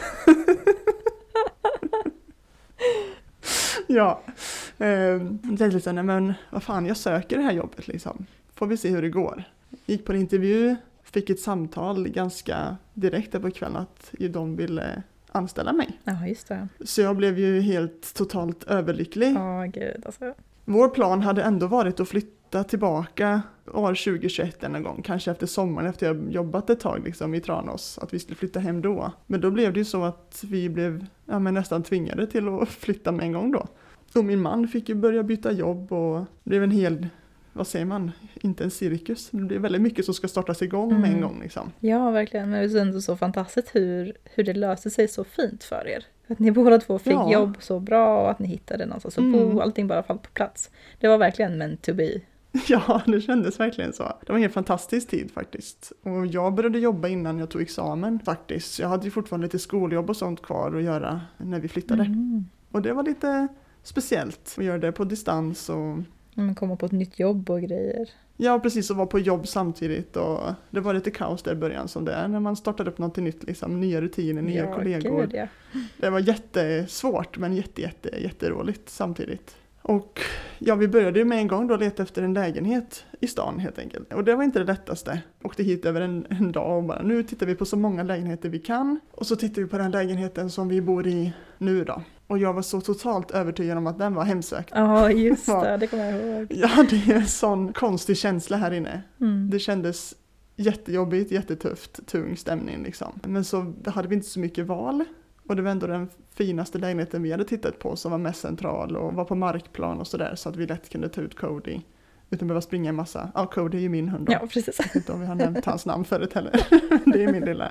Ja. Det är liksom, nej men vad fan, jag söker det här jobbet liksom. Får vi se hur det går. Gick på en intervju, fick ett samtal ganska direkt där på kvällen att de ville anställa mig. Ja, just det. Så jag blev ju helt totalt överlycklig. Ja, gud alltså. Vår plan hade ändå varit att flytta tillbaka år 2021 en gång. Kanske efter sommaren, efter jag jobbat ett tag liksom, i Tranås. Att vi skulle flytta hem då. Men då blev det ju så att vi blev nästan tvingade till att flytta med en gång då. Och min man fick ju börja byta jobb och det blev en hel, vad säger man, inte en cirkus. Det blev väldigt mycket som ska startas igång med en gång liksom. Ja, verkligen. Men det är ändå så fantastiskt hur det löste sig så fint för er. Att ni båda två fick jobb så bra och att ni hittade någonstans att bo. Allting bara fall på plats. Det var verkligen meant to be. Ja, det kändes verkligen så. Det var en helt fantastisk tid faktiskt. Och jag började jobba innan jag tog examen faktiskt. Jag hade ju fortfarande lite skoljobb och sånt kvar att göra när vi flyttade. Och det var lite speciellt att göra det på distans och komma på ett nytt jobb och grejer. Ja, precis, och vara på jobb samtidigt och det var lite kaos där i början som det är när man startade upp något nytt, liksom, nya rutiner, nya kollegor. Gud, ja. Det var jättesvårt men jätteroligt samtidigt. Och ja, vi började ju med en gång då leta efter en lägenhet i stan helt enkelt. Och det var inte det lättaste. Åkte hit över en dag och bara, nu tittar vi på så många lägenheter vi kan. Och så tittar vi på den lägenheten som vi bor i nu då. Och jag var så totalt övertygad om att den var hemsökt. Ja, just det. Det kommer jag ihåg. Ja, det är en sån konstig känsla här inne. Det kändes jättejobbigt, jättetufft, tung stämning liksom. Men så hade vi inte så mycket val. Och det var ändå den finaste lägenheten vi hade tittat på som var mest central och var på markplan och sådär så att vi lätt kunde ta ut Cody. Utan behöva springa en massa. Ja, Cody är ju min hund då. Ja, precis. Jag vet inte om vi har nämnt hans namn förut heller. Det är min lilla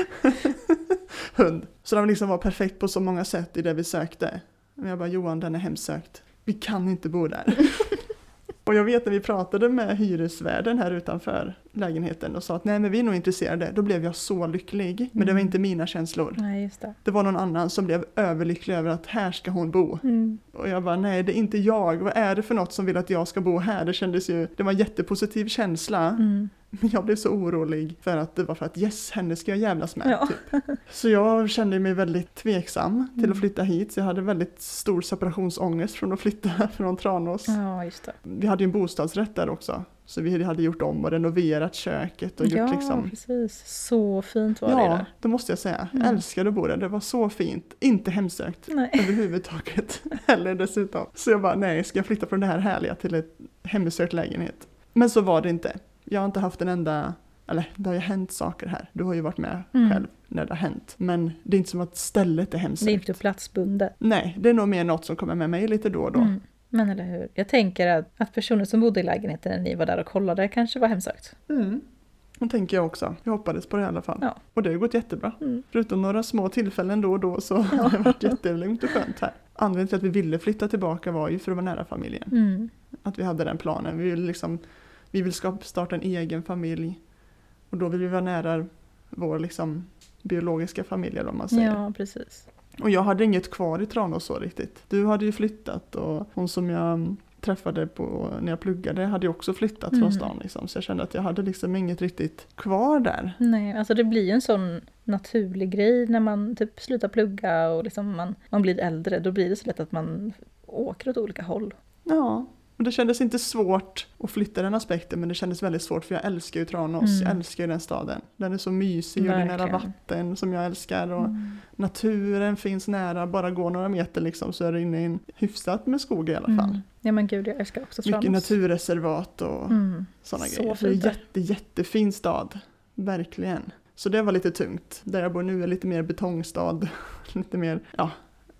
hund. Så den liksom var perfekt på så många sätt i det vi sökte. Men jag bara, Johan, den är hemsökt. Vi kan inte bo där. Och jag vet när vi pratade med hyresvärden här utanför lägenheten och sa att nej men vi är nog intresserade. Då blev jag så lycklig. Men det var inte mina känslor. Nej, just det. Det var någon annan som blev överlycklig över att här ska hon bo. Och jag bara, nej det är inte jag. Vad är det för något som vill att jag ska bo här? Det var en jättepositiv känsla. Men jag blev så orolig för att det var för att yes, henne ska jag jävlas med. Ja. Typ. Så jag kände mig väldigt tveksam till att flytta hit. Så jag hade väldigt stor separationsångest från att flytta från Tranås. Ja, just det. Vi hade ju en bostadsrätt där också. Så vi hade gjort om och renoverat köket. Och gjort liksom... precis. Så fint var det där. Ja, det måste jag säga. Jag älskade att bo där. Det var så fint. Inte hemsökt överhuvudtaget. Eller dessutom. Så jag bara, nej, ska jag flytta från det här härliga till ett hemsökt lägenhet? Men så var det inte. Jag har inte haft en enda... Eller det har ju hänt saker här. Du har ju varit med själv när det har hänt. Men det är inte som att stället är hemsökt. Det är inte platsbundet. Nej, det är nog mer något som kommer med mig lite då och då. Men eller hur? Jag tänker att personer som bodde i lägenheten när ni var där och kollade kanske var hemsökt. Det tänker jag också. Jag hoppades på det i alla fall. Ja. Och det har gått jättebra. Förutom några små tillfällen då och då så har det varit jättelugnt och skönt här. Anledningen till att vi ville flytta tillbaka var ju för att vara nära familjen. Att vi hade den planen. Vi vill starta en egen familj. Och då vill vi vara nära vår liksom biologiska familj eller vad man säger. Ja, precis. Och jag hade inget kvar i Tranås så riktigt. Du hade ju flyttat och hon som jag träffade på när jag pluggade hade ju också flyttat från stan liksom. Så jag kände att jag hade liksom inget riktigt kvar där. Nej, alltså det blir ju en sån naturlig grej när man typ slutar plugga och liksom man blir äldre. Då blir det så lätt att man åker åt olika håll. Ja, och det kändes inte svårt att flytta den aspekten, men det kändes väldigt svårt för jag älskar ju Tranås. Jag älskar ju den staden. Den är så mysig och det är nära vatten som jag älskar och naturen finns nära. Bara gå några meter liksom så är det inne i en hyfsat med skog i alla fall. Ja men gud, jag älskar också Tranås. Mycket naturreservat och sådana grejer. Det är jättefin stad. Verkligen. Så det var lite tungt. Där jag bor nu är lite mer betongstad. Lite mer,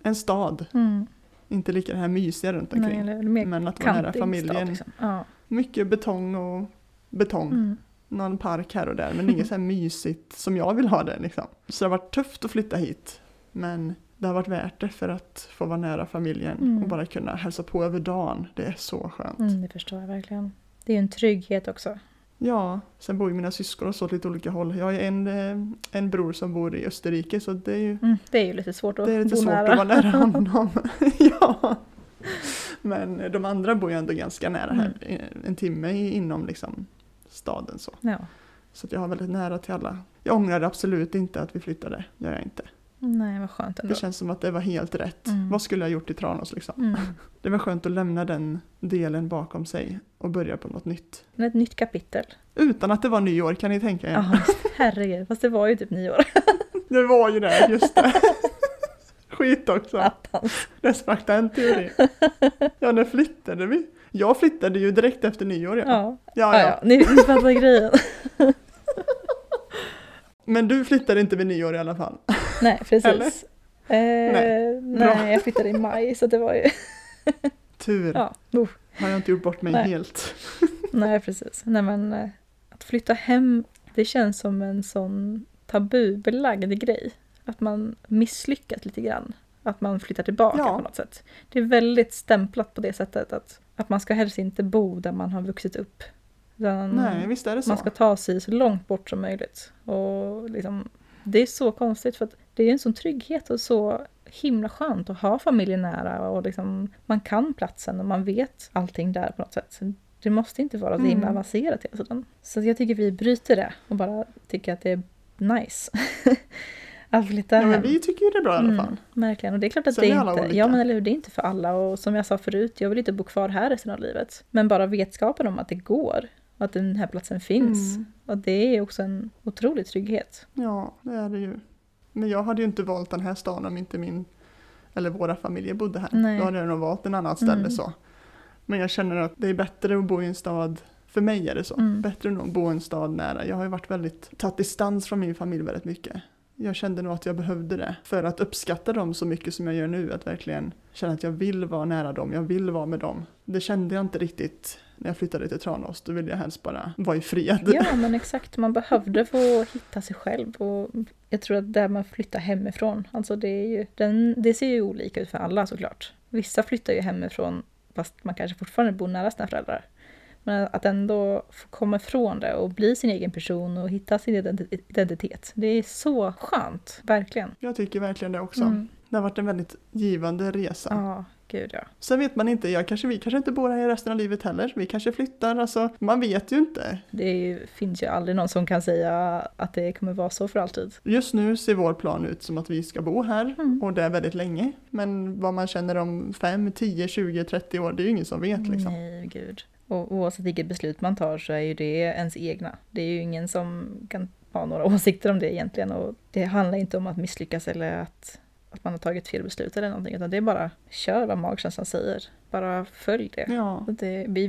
en stad. Inte lika det här mysiga runt omkring. Nej, eller mer men att vara nära kantig familjen. stad, liksom. Ja. Mycket betong och betong. Någon park här och där. Men inget så här mysigt som jag vill ha det liksom. Så det har varit tufft att flytta hit. Men det har varit värt det för att få vara nära familjen. Och bara kunna hälsa på över dagen. Det är så skönt. Det förstår jag verkligen. Det är ju en trygghet också. Ja, sen bor ju mina syskon och så lite olika håll. Jag har en bror som bor i Österrike så det är ju... Det är ju lite svårt att det är lite bo svårt nära. att vara nära honom. Ja. Men de andra bor ju ändå ganska nära här. En timme inom liksom staden så. Ja. Så att jag har väldigt nära till alla. Jag ångrar absolut inte att vi flyttade. Gör jag inte. Nej, vad skönt ändå. Det känns som att det var helt rätt. Vad skulle jag gjort i Tranås liksom? Det var skönt att lämna den delen bakom sig och börja på något nytt. Ett nytt kapitel. Utan att det var nyår, kan ni tänka er? Ja, herregud. Fast det var ju typ 9 år. Det var ju det, just det. Skit också. Attans. Det sprack en teori. Ja, när flyttade vi? Jag flyttade ju direkt efter nyår. Ja. Ni fattar grejen. Men du flyttade inte vid nyår i alla fall. Nej, precis. Nej, jag flyttade i maj så det var ju... Tur. Ja. Har jag inte gjort bort mig helt. Nej, precis. Nej, men att flytta hem, det känns som en sån tabubelagd grej. Att man misslyckas lite grann. Att man flyttar tillbaka på något sätt. Det är väldigt stämplat på det sättet att man ska helst inte bo där man har vuxit upp. Nej, visst är det så. Man ska ta sig så långt bort som möjligt. Och liksom, det är så konstigt för att det är en sån trygghet och så himla skönt att ha familjen nära. Och liksom, man kan platsen och man vet allting där på något sätt. Så det måste inte vara så himla avancerat hela tiden. Så jag tycker vi bryter det och bara tycker att det är nice. Att flytta hem. Men vi tycker ju det är bra i alla fall. Verkligen. Och det är klart att Sen det är alla inte, olika. ja men eller hur, det är inte för alla. Och som jag sa förut, jag vill inte bo kvar här resten av livet. Men bara vetskapen om att det går. Att den här platsen finns. Och det är också en otrolig trygghet. Ja, det är det ju. Men jag hade ju inte valt den här stan om inte eller våra familjer bodde här. Nej. Då hade jag nog valt en annan ställe så. Men jag känner att det är bättre att bo i en stad, för mig är det så. Bättre än att bo i en stad nära. Jag har ju tagit distans från min familj väldigt mycket. Jag kände nog att jag behövde det för att uppskatta dem så mycket som jag gör nu. Att verkligen känna att jag vill vara nära dem, jag vill vara med dem. Det kände jag inte riktigt när jag flyttade till Tranås. Då ville jag helst bara vara i fred. Ja men exakt, man behövde få hitta sig själv. Och jag tror att där man flyttar hemifrån, alltså det är ju, det ser ju olika ut för alla såklart. Vissa flyttar ju hemifrån fast man kanske fortfarande bor nära sina föräldrar. Men att ändå få komma ifrån det och bli sin egen person och hitta sin identitet. Det är så skönt, verkligen. Jag tycker verkligen det också. Det har varit en väldigt givande resa. Ja, gud ja. Sen vet man inte, vi kanske inte bor här resten av livet heller. Vi kanske flyttar, alltså man vet ju inte. Finns ju aldrig någon som kan säga att det kommer vara så för alltid. Just nu ser vår plan ut som att vi ska bo här och det är väldigt länge. Men vad man känner om 5, 10, 20, 30 år, det är ju ingen som vet liksom. Nej, gud. Och oavsett vilket beslut man tar så är ju det ens egna. Det är ju ingen som kan ha några åsikter om det egentligen. Och det handlar inte om att misslyckas eller att man har tagit fel beslut eller någonting. Utan det är bara, kör vad magkänslan säger. Bara följ det. Ja, vi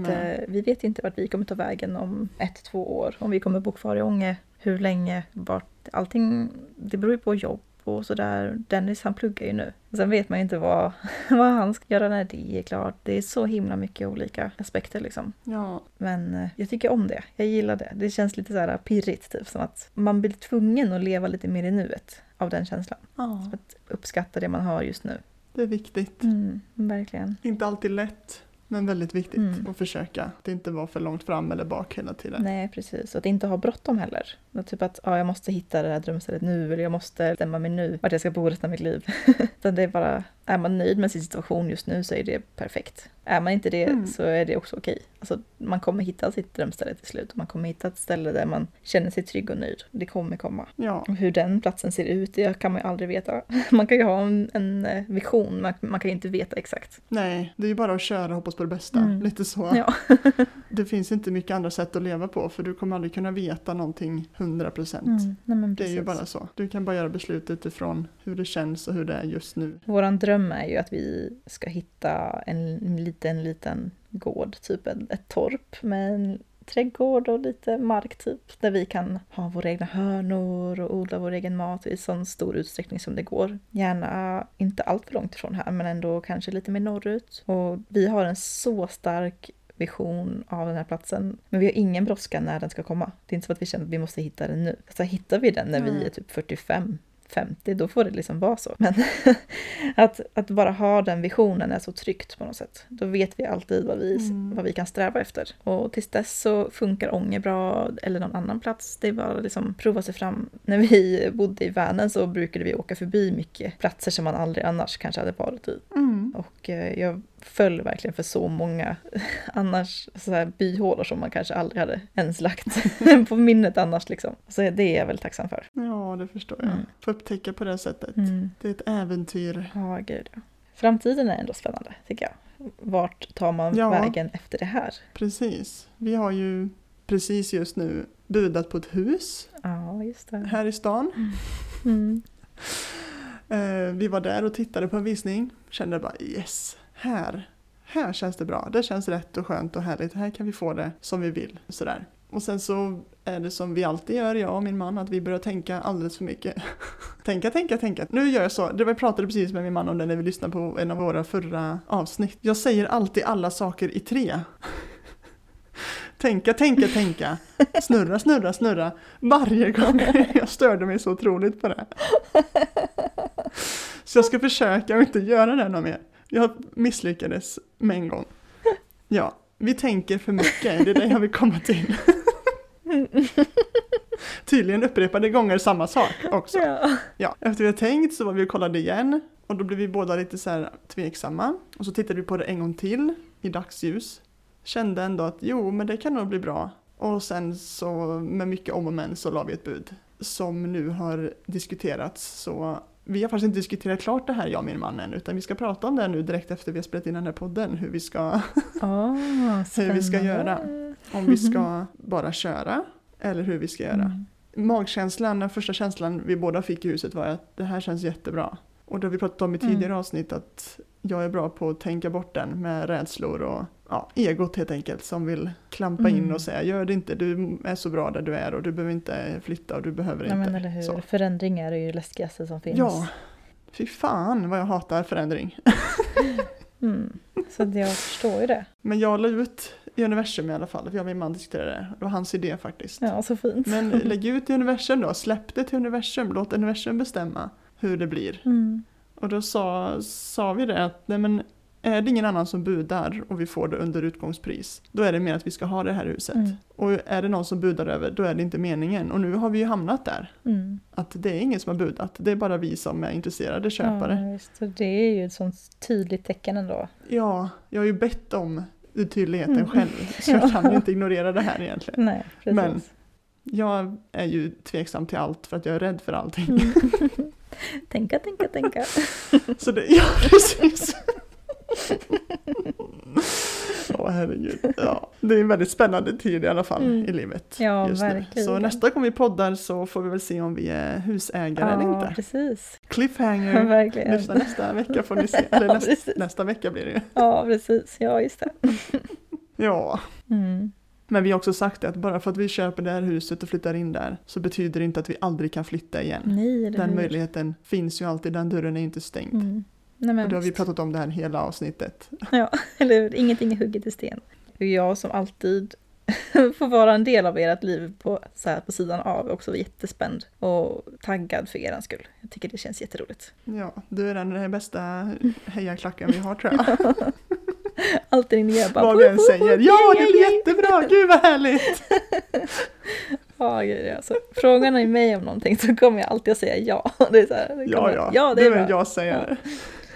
vet inte vart vi kommer ta vägen om 1-2 år. Om vi kommer bo kvar i Ånge, hur länge, vart. Allting, det beror ju på jobb. Och sådär. Dennis han pluggar ju nu. Och sen vet man ju inte vad han ska göra när det är klart. Det är så himla mycket olika aspekter liksom. ja. Men jag tycker om det. Jag gillar det. Det känns lite så här pirrigt typ. Som att man blir tvungen att leva lite mer i nuet. Av den känslan. Ja. Att uppskatta det man har just nu. Det är viktigt. Verkligen. Inte alltid lätt. Men väldigt viktigt att försöka. Att inte vara för långt fram eller bak hela tiden. Nej, precis. Och att inte ha bråttom heller. Och typ att jag måste hitta det här drömstället nu. Eller jag måste stämma mig nu. Vart jag ska bo resten av mitt liv. Utan det är bara, är man nöjd med sin situation just nu så är det perfekt. Är man inte det så är det också okej. Alltså, man kommer hitta sitt drömställe till slut. Och man kommer hitta ett ställe där man känner sig trygg och nöjd. Det kommer komma. Ja. Och hur den platsen ser ut, det kan man ju aldrig veta. Man kan ju ha en vision. Man kan ju inte veta exakt. Nej, det är ju bara att köra och hoppas på det bästa. Lite så. Ja. Det finns inte mycket andra sätt att leva på. För du kommer aldrig kunna veta någonting 100%. Nej, men Det är ju bara så. Du kan bara göra beslut utifrån hur det känns och hur det är just nu. Våran dröm är ju att vi ska hitta en liten gård, typ ett torp med en trädgård och lite mark typ. Där vi kan ha våra egna hörnor och odla vår egen mat i sån stor utsträckning som det går. Gärna inte allt för långt ifrån här, men ändå kanske lite mer norrut. Och vi har en så stark vision av den här platsen. Men vi har ingen brådska när den ska komma. Det är inte så att vi känner att vi måste hitta den nu. Så hittar vi den när vi är typ 45-50, då får det liksom vara så. Men att bara ha den visionen är så tryggt på något sätt. Då vet vi alltid vad vi kan sträva efter. Och tills dess så funkar Ånge bra eller någon annan plats. Det är bara liksom prova sig fram. När vi bodde i Vänern så brukade vi åka förbi mycket platser som man aldrig annars kanske hade varit i. Och jag föll verkligen för så många annars så här byhålor som man kanske aldrig hade ens lagt på minnet annars liksom. Så det är jag väldigt tacksam för. Ja, det förstår jag. Få upptäcka på det sättet. Det är ett äventyr. Ja, gud ja. Framtiden är ändå spännande, tycker jag. Vart tar man vägen efter det här? Precis. Vi har ju precis just nu budat på ett hus. Ja, just det. Här i stan. Vi var där och tittade på en visning. Kände bara yes, här känns det bra. Det känns rätt och skönt och härligt. Här kan vi få det som vi vill. Sådär. Och sen så är det som vi alltid gör, jag och min man, att vi börjar tänka alldeles för mycket. tänka. Nu gör jag så. Jag pratade precis med min man om det när vi lyssnade på en av våra förra avsnitt. Jag säger alltid alla saker i 3. Tänka. Snurra. Varje gång. Jag störde mig så otroligt på det. Så jag ska försöka att inte göra det någon mer. Jag misslyckades med en gång. Ja, vi tänker för mycket. Det är det jag vill komma till. Tydligen upprepade gånger samma sak också. Ja, efter vi har tänkt så var vi och kollade igen. Och då blev vi båda lite så här tveksamma. Och så tittade vi på det en gång till i dagsljus. Kände ändå att men det kan nog bli bra. Och sen så med mycket om och men så la vi ett bud. Som nu har diskuterats. Så vi har faktiskt inte diskuterat klart det här, jag och min man än. Utan vi ska prata om det nu direkt efter vi har spelat in den här podden. Hur vi ska, hur vi ska göra. Om vi ska bara köra eller hur vi ska göra. Magkänslan, den första känslan vi båda fick i huset var att det här känns jättebra. Och det har vi pratat om i tidigare avsnitt att jag är bra på att tänka bort den med rädslor och egot helt enkelt som vill klampa in och säga gör det inte, du är så bra där du är och du behöver inte flytta och du behöver inte. Men eller hur, så. Förändringar är ju det läskigaste som finns. Ja, fy fan vad jag hatar förändring. Så jag förstår ju det. Men jag la ut i universum i alla fall, för jag och min man diskuterade det. Det var hans idé faktiskt. Ja, så fint. Men lägg ut i universum då, släpp det till universum, låt universum bestämma hur det blir. Och då sa vi det att nej, men är det ingen annan som budar och vi får det under utgångspris, då är det mer att vi ska ha det här huset. Och är det någon som budar över, då är det inte meningen. Och nu har vi ju hamnat där. Att det är ingen som har budat, det är bara vi som är intresserade köpare. Ja, just det. Det är ju ett sånt tydligt tecken ändå. Ja, jag har ju bett om tydligheten själv, så jag kan ju inte ignorera det här egentligen. Nej, precis. Men jag är ju tveksam till allt för att jag är rädd för allting. Tänka. Så det, ja, precis. Herregud. Ja, det är en väldigt spännande tid i alla fall i livet. Ja, just verkligen. Nu. Så nästa gång vi poddar så får vi väl se om vi är husägare eller inte. Ja, precis. Cliffhanger. Ja, verkligen. Nästa vecka får ni se. Eller nästa vecka blir det ju. Ja, precis. Ja, just det. Ja. Men vi har också sagt att bara för att vi köper det här huset och flyttar in där så betyder det inte att vi aldrig kan flytta igen. Nej, den möjligheten finns ju alltid, den dörren är inte stängd. Nej, men och då har vi pratat om det här hela avsnittet. Ja, eller ingenting är hugget i sten. Och jag som alltid får vara en del av ert liv på sidan av är också jättespänd och taggad för er skull. Jag tycker det känns jätteroligt. Ja, du är den bästa hejaklacken vi har, tror jag. Alltid in i bara... Vad du än säger. Ja, det blir jättebra! Gud vad härligt! Ja, gud, alltså. Frågan är mig om någonting så kommer jag alltid att säga ja. Det är så här, ja, det är bra. bra. Jag säger det.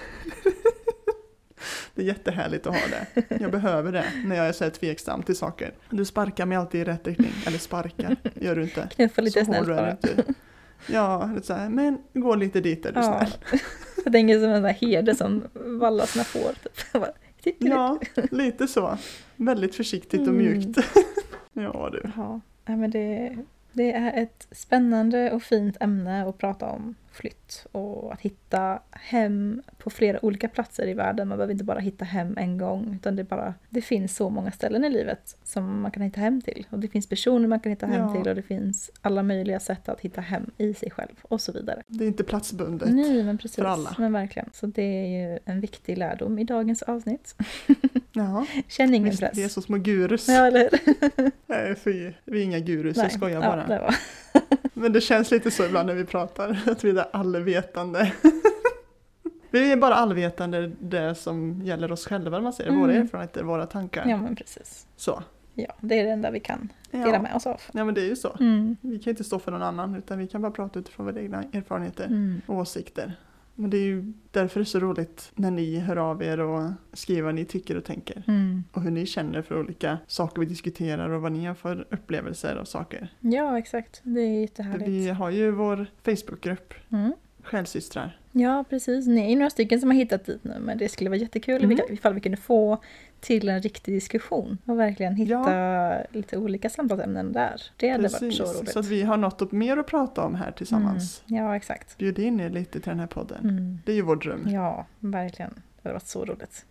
Det är jättehärligt att ha det. Jag behöver det när jag är så här tveksam till saker. Du sparkar mig alltid i rätt riktning. Eller sparkar, gör du inte. Knuffa lite snällt bara. Ja, så här, men gå lite dit är du snäll. Jag tänker som en där herde som vallar sina får. Typ. Ja, lite så. Väldigt försiktigt och mjukt. Ja, du. Ja, men det Det är ett spännande och fint ämne att prata om flytt och att hitta hem på flera olika platser i världen. Man behöver inte bara hitta hem en gång, utan det finns så många ställen i livet som man kan hitta hem till. Och det finns personer man kan hitta hem till och det finns alla möjliga sätt att hitta hem i sig själv och så vidare. Det är inte platsbundet. Nej, men precis. För alla. Men verkligen. Så det är ju en viktig lärdom i dagens avsnitt. Ja. Känn ingen press. Vi är så små gurus. Ja, eller? Nej, fy. Vi är inga gurus, Nej. jag skojar bara. Det var. Men det känns lite så ibland när vi pratar, att vi är allvetande. Vi är bara allvetande det som gäller oss själva, man säger. Våra erfarenheter, våra tankar. Ja, men precis. Så. Ja, det är det enda vi kan dela med oss av. Ja, men det är ju så. Mm. Vi kan inte stå för någon annan, utan vi kan bara prata utifrån våra egna erfarenheter och åsikter. Men det är ju därför det är så roligt när ni hör av er och skriver vad ni tycker och tänker. Och hur ni känner för olika saker vi diskuterar och vad ni har för upplevelser av saker. Ja, exakt. Det är jättehärligt. Vi har ju vår Facebookgrupp, Själsystrar. Ja, precis. Ni är ju några stycken som har hittat dit nu, men det skulle vara jättekul ifall vi kunde få till en riktig diskussion och verkligen hitta lite olika samtalsämnen där. Det hade varit så roligt. Så att vi har något mer att prata om här tillsammans. Ja, exakt. Bjud in er lite till den här podden. Det är ju vår dröm. Ja, verkligen. Det hade varit så roligt.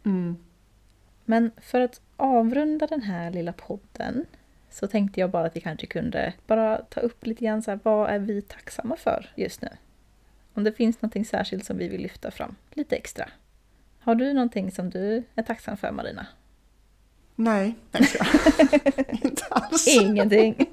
Men för att avrunda den här lilla podden så tänkte jag bara att vi kanske kunde bara ta upp lite grann så här, vad är vi tacksamma för just nu? Om det finns någonting särskilt som vi vill lyfta fram lite extra. Har du någonting som du är tacksam för, Marina? Nej, inte alls. Ingenting.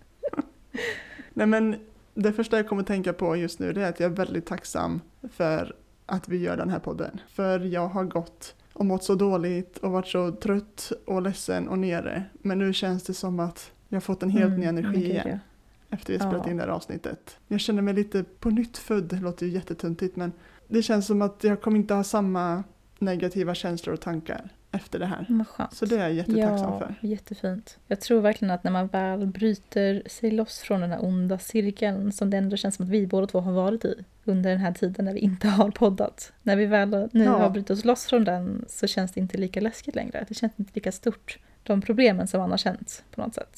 Nej, men det första jag kommer att tänka på just nu, det är att jag är väldigt tacksam för att vi gör den här podden. För jag har gått och mått så dåligt och varit så trött och ledsen och nere. Men nu känns det som att jag har fått en helt ny energi igen. Efter vi spelat in det här avsnittet. Jag känner mig lite på nytt född, det låter ju jättetuntigt, men det känns som att jag kommer inte ha samma negativa känslor och tankar efter det här. Så det är jag jättetacksam för. Ja, jättefint. Jag tror verkligen att när man väl bryter sig loss från den här onda cirkeln som det ändå känns som att vi båda två har varit i under den här tiden när vi inte har poddat. När vi väl nu har brutit oss loss från den så känns det inte lika läskigt längre. Det känns inte lika stort. De problemen som man har känt på något sätt.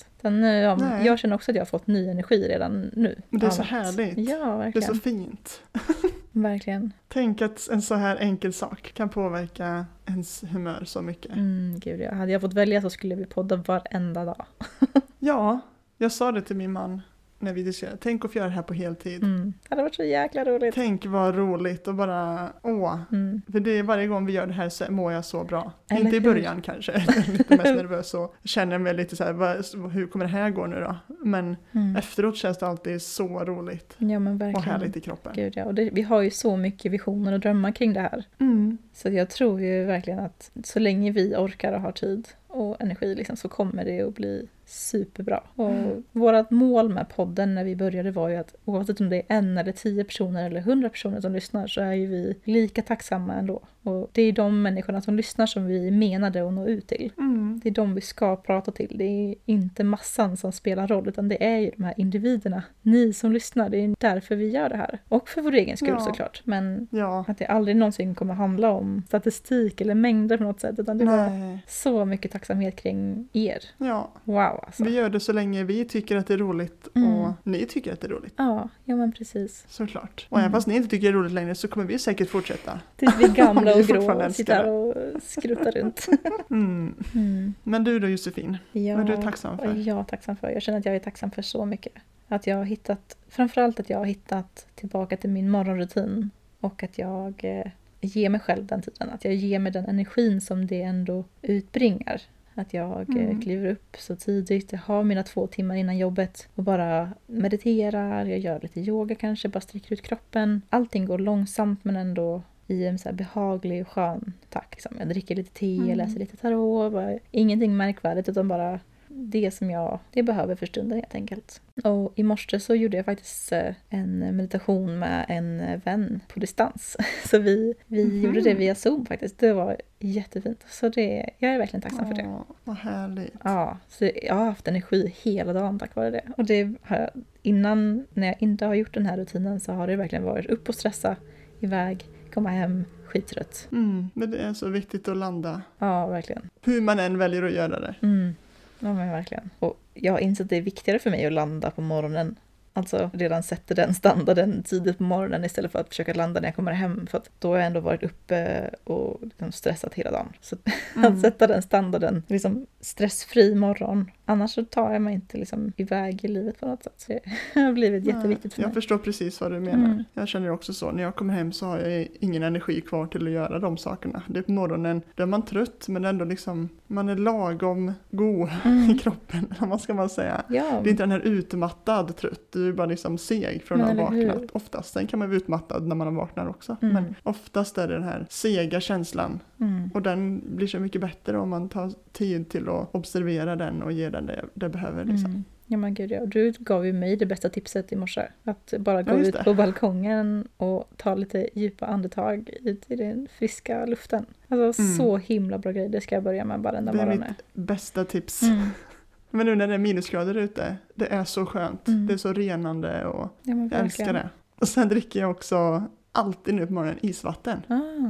Jag känner också att jag har fått ny energi redan nu. Men det är så härligt. Ja, verkligen. Det är så fint. Verkligen. Tänk att en så här enkel sak kan påverka ens humör så mycket. Gud, hade jag fått välja så skulle vi podda varenda dag. Ja, jag sa det till min man när vi diskuterade. Tänk att få göra det här på heltid. Det hade varit så jäkla roligt. Tänk vad roligt och bara För det är varje gång vi gör det här så mår jag så bra. Eller inte i början kanske. Lite mest nervös och känner mig lite så här, hur kommer det här gå nu då? Men efteråt känns det alltid så roligt. Ja, men verkligen. Och härligt i kroppen. Gud, ja. Och vi har ju så mycket visioner och drömmar kring det här. Så jag tror ju verkligen att så länge vi orkar och har tid och energi liksom, så kommer det att bli superbra. Och vårat mål med podden när vi började var ju att oavsett om det är 1 eller 10 personer eller 100 personer som lyssnar så är ju vi lika tacksamma ändå. Och det är de människorna som lyssnar som vi menade att nå ut till. Det är de vi ska prata till. Det är inte massan som spelar roll utan det är ju de här individerna. Ni som lyssnar, det är därför vi gör det här. Och för vår egen skull såklart. Men att det aldrig någonsin kommer handla om statistik eller mängder på något sätt. Utan det var så mycket tacksamhet kring er. Ja. Wow. Alltså. Vi gör det så länge vi tycker att det är roligt och ni tycker att det är roligt. Ja men precis. Såklart. Och även fast ni inte tycker det är roligt längre så kommer vi säkert fortsätta. Tills vi är gamla och grå och sitter och skruttar runt. Men du då, Josefin? Vad är du tacksam för? Jag är tacksam för. Jag känner att jag är tacksam för så mycket. Att jag har hittat, framförallt att jag har hittat tillbaka till min morgonrutin. Och att jag ger mig själv den tiden. Att jag ger mig den energin som det ändå utbringar. Att jag kliver upp så tidigt, jag har mina 2 timmar innan jobbet och bara mediterar, jag gör lite yoga kanske, bara sträcker ut kroppen. Allting går långsamt men ändå i en så här behaglig och skön takt. Liksom. Jag dricker lite te, jag läser lite tarot, bara, ingenting märkvärdigt utan bara det som det behöver för stunden helt enkelt. Och i morse så gjorde jag faktiskt en meditation med en vän på distans. Så vi gjorde det via Zoom faktiskt. Det var jättefint. Så jag är verkligen tacksam för det. Vad härligt. Ja, så jag har haft energi hela dagen tack vare det. Och det har jag, innan när jag inte har gjort den här rutinen så har det verkligen varit upp och stressa iväg, komma hem, skittrött. Men det är så viktigt att landa. Ja, verkligen. Hur man än väljer att göra det. Ja men verkligen. Och jag har insett att det är viktigare för mig att landa på morgonen. Alltså redan sätter den standarden tidigt på morgonen istället för att försöka landa när jag kommer hem. För att då har jag ändå varit uppe och liksom stressat hela dagen. Så att sätta den standarden, liksom stressfri morgon. Annars så tar jag mig inte liksom iväg i livet på något sätt. Så det har blivit jätteviktigt för mig. Jag förstår precis vad du menar. Jag känner också så. När jag kommer hem så har jag ingen energi kvar till att göra de sakerna. Det är på morgonen, då är man trött men ändå liksom, man är lagom god i kroppen. Vad ska man säga? Ja. Det är inte den här utmattad trött. Du är bara liksom seg från att ha vaknat. Oftast, sen kan man vara utmattad när man har vaknat också. Men oftast är det den här sega känslan. Och den blir så mycket bättre om man tar tid till att observera den och ge den det behöver liksom. Ja men gud ja. Du gav ju mig det bästa tipset i morse. Att bara gå ut på balkongen och ta lite djupa andetag ut i den friska luften. Alltså så himla bra grej. Det ska jag börja med bara den där morgonen. Det är mitt bästa tips. Men nu när det är minusgrader ute, det är så skönt. Det är så renande och jag älskar det. Och sen dricker jag också alltid nu på morgonen isvatten.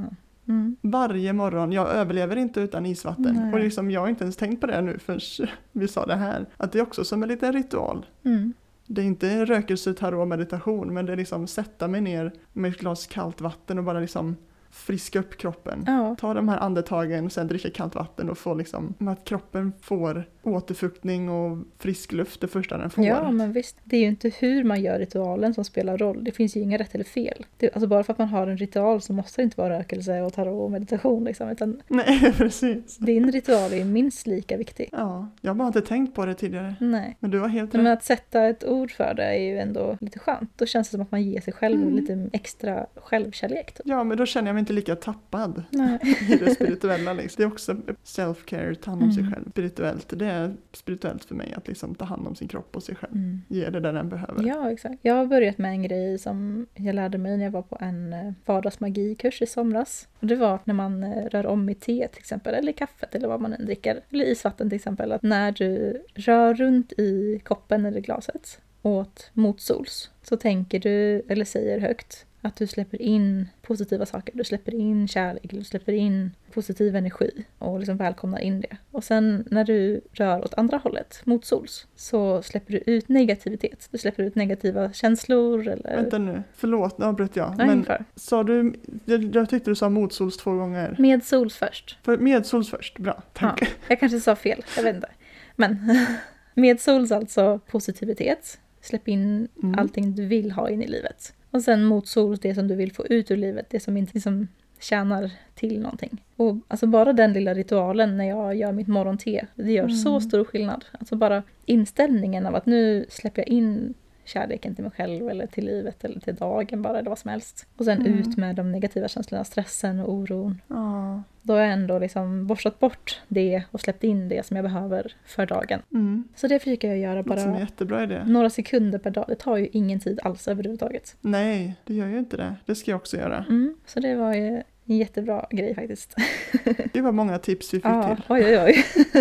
Varje morgon, jag överlever inte utan isvatten. Nej. Och liksom, jag har inte ens tänkt på det nu förrän vi sa det här. Att det är också som en liten ritual. Det är inte rökelse, tarot, meditation, men det är liksom sätta mig ner med ett glas kallt vatten och bara liksom friska upp kroppen. Ta de här andetagen och sen dricka kallt vatten och få liksom att kroppen får återfuktning och frisk luft det första den får. Ja men visst, det är ju inte hur man gör ritualen som spelar roll. Det finns ju inga rätt eller fel. Alltså bara för att man har en ritual så måste det inte vara rökelse och tarot och meditation liksom, utan nej precis. Din ritual är minst lika viktig. Ja, jag har bara inte tänkt på det tidigare. Nej. Men du har helt rätt. Men att sätta ett ord för det är ju ändå lite skönt. Då känns det som att man ger sig själv lite extra självkärlek. Typ. Ja, men då känner jag mig inte lika tappad i det spirituella. Liksom. Det är också self-care, ta hand om sig själv. Spirituellt, det är spirituellt för mig att liksom ta hand om sin kropp och sig själv. Ge det där den behöver. Ja, exakt. Jag har börjat med en grej som jag lärde mig när jag var på en vardagsmagikurs i somras. Och det var när man rör om i te till exempel, eller kaffet eller vad man än dricker. Eller isvatten till exempel. Att när du rör runt i koppen eller glaset åt motsols så tänker du eller säger högt att du släpper in positiva saker. Du släpper in kärlek, du släpper in positiv energi och liksom välkomnar in det. Och sen när du rör åt andra hållet, mot sols, så släpper du ut negativitet. Du släpper ut negativa känslor eller... Vänta nu, förlåt, avbröt jag. Nej, men sa du, jag tyckte du sa mot sols 2 gånger. Med sols först. Med sols först, bra, tack. Ja, jag kanske sa fel, jag vet inte. Men med sols alltså positivitet. Släpp in allting du vill ha in i livet. Och sen mot sols det som du vill få ut ur livet. Det som inte liksom tjänar till någonting. Och alltså bara den lilla ritualen när jag gör mitt morgonte. Det gör så stor skillnad. Alltså bara inställningen av att nu släpper jag in kärleken till mig själv. Eller till livet eller till dagen bara. Eller vad som helst. Och sen ut med de negativa känslorna. Stressen och oron. Då har jag ändå liksom borstat bort det och släppt in det som jag behöver för dagen. Så det försöker jag göra bara som är jättebra idé. Några sekunder per dag. Det tar ju ingen tid alls överhuvudtaget. Nej, det gör ju inte det. Det ska jag också göra. Så det var ju en jättebra grej faktiskt. Det var många tips vi fick till. Oj.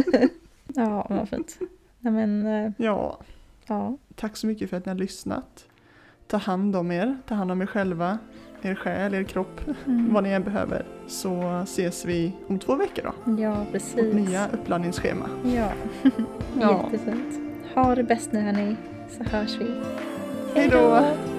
Ja, vad fint. Ja, men, ja. Tack så mycket för att ni har lyssnat. Ta hand om er. Ta hand om er själva. Er själ, er kropp, vad ni än behöver. Så ses vi om 2 veckor då. Ja, precis. Och nya uppladdningsschema. Ja, jättefint. Ha det bäst nu hörni, så hörs vi. Hej då!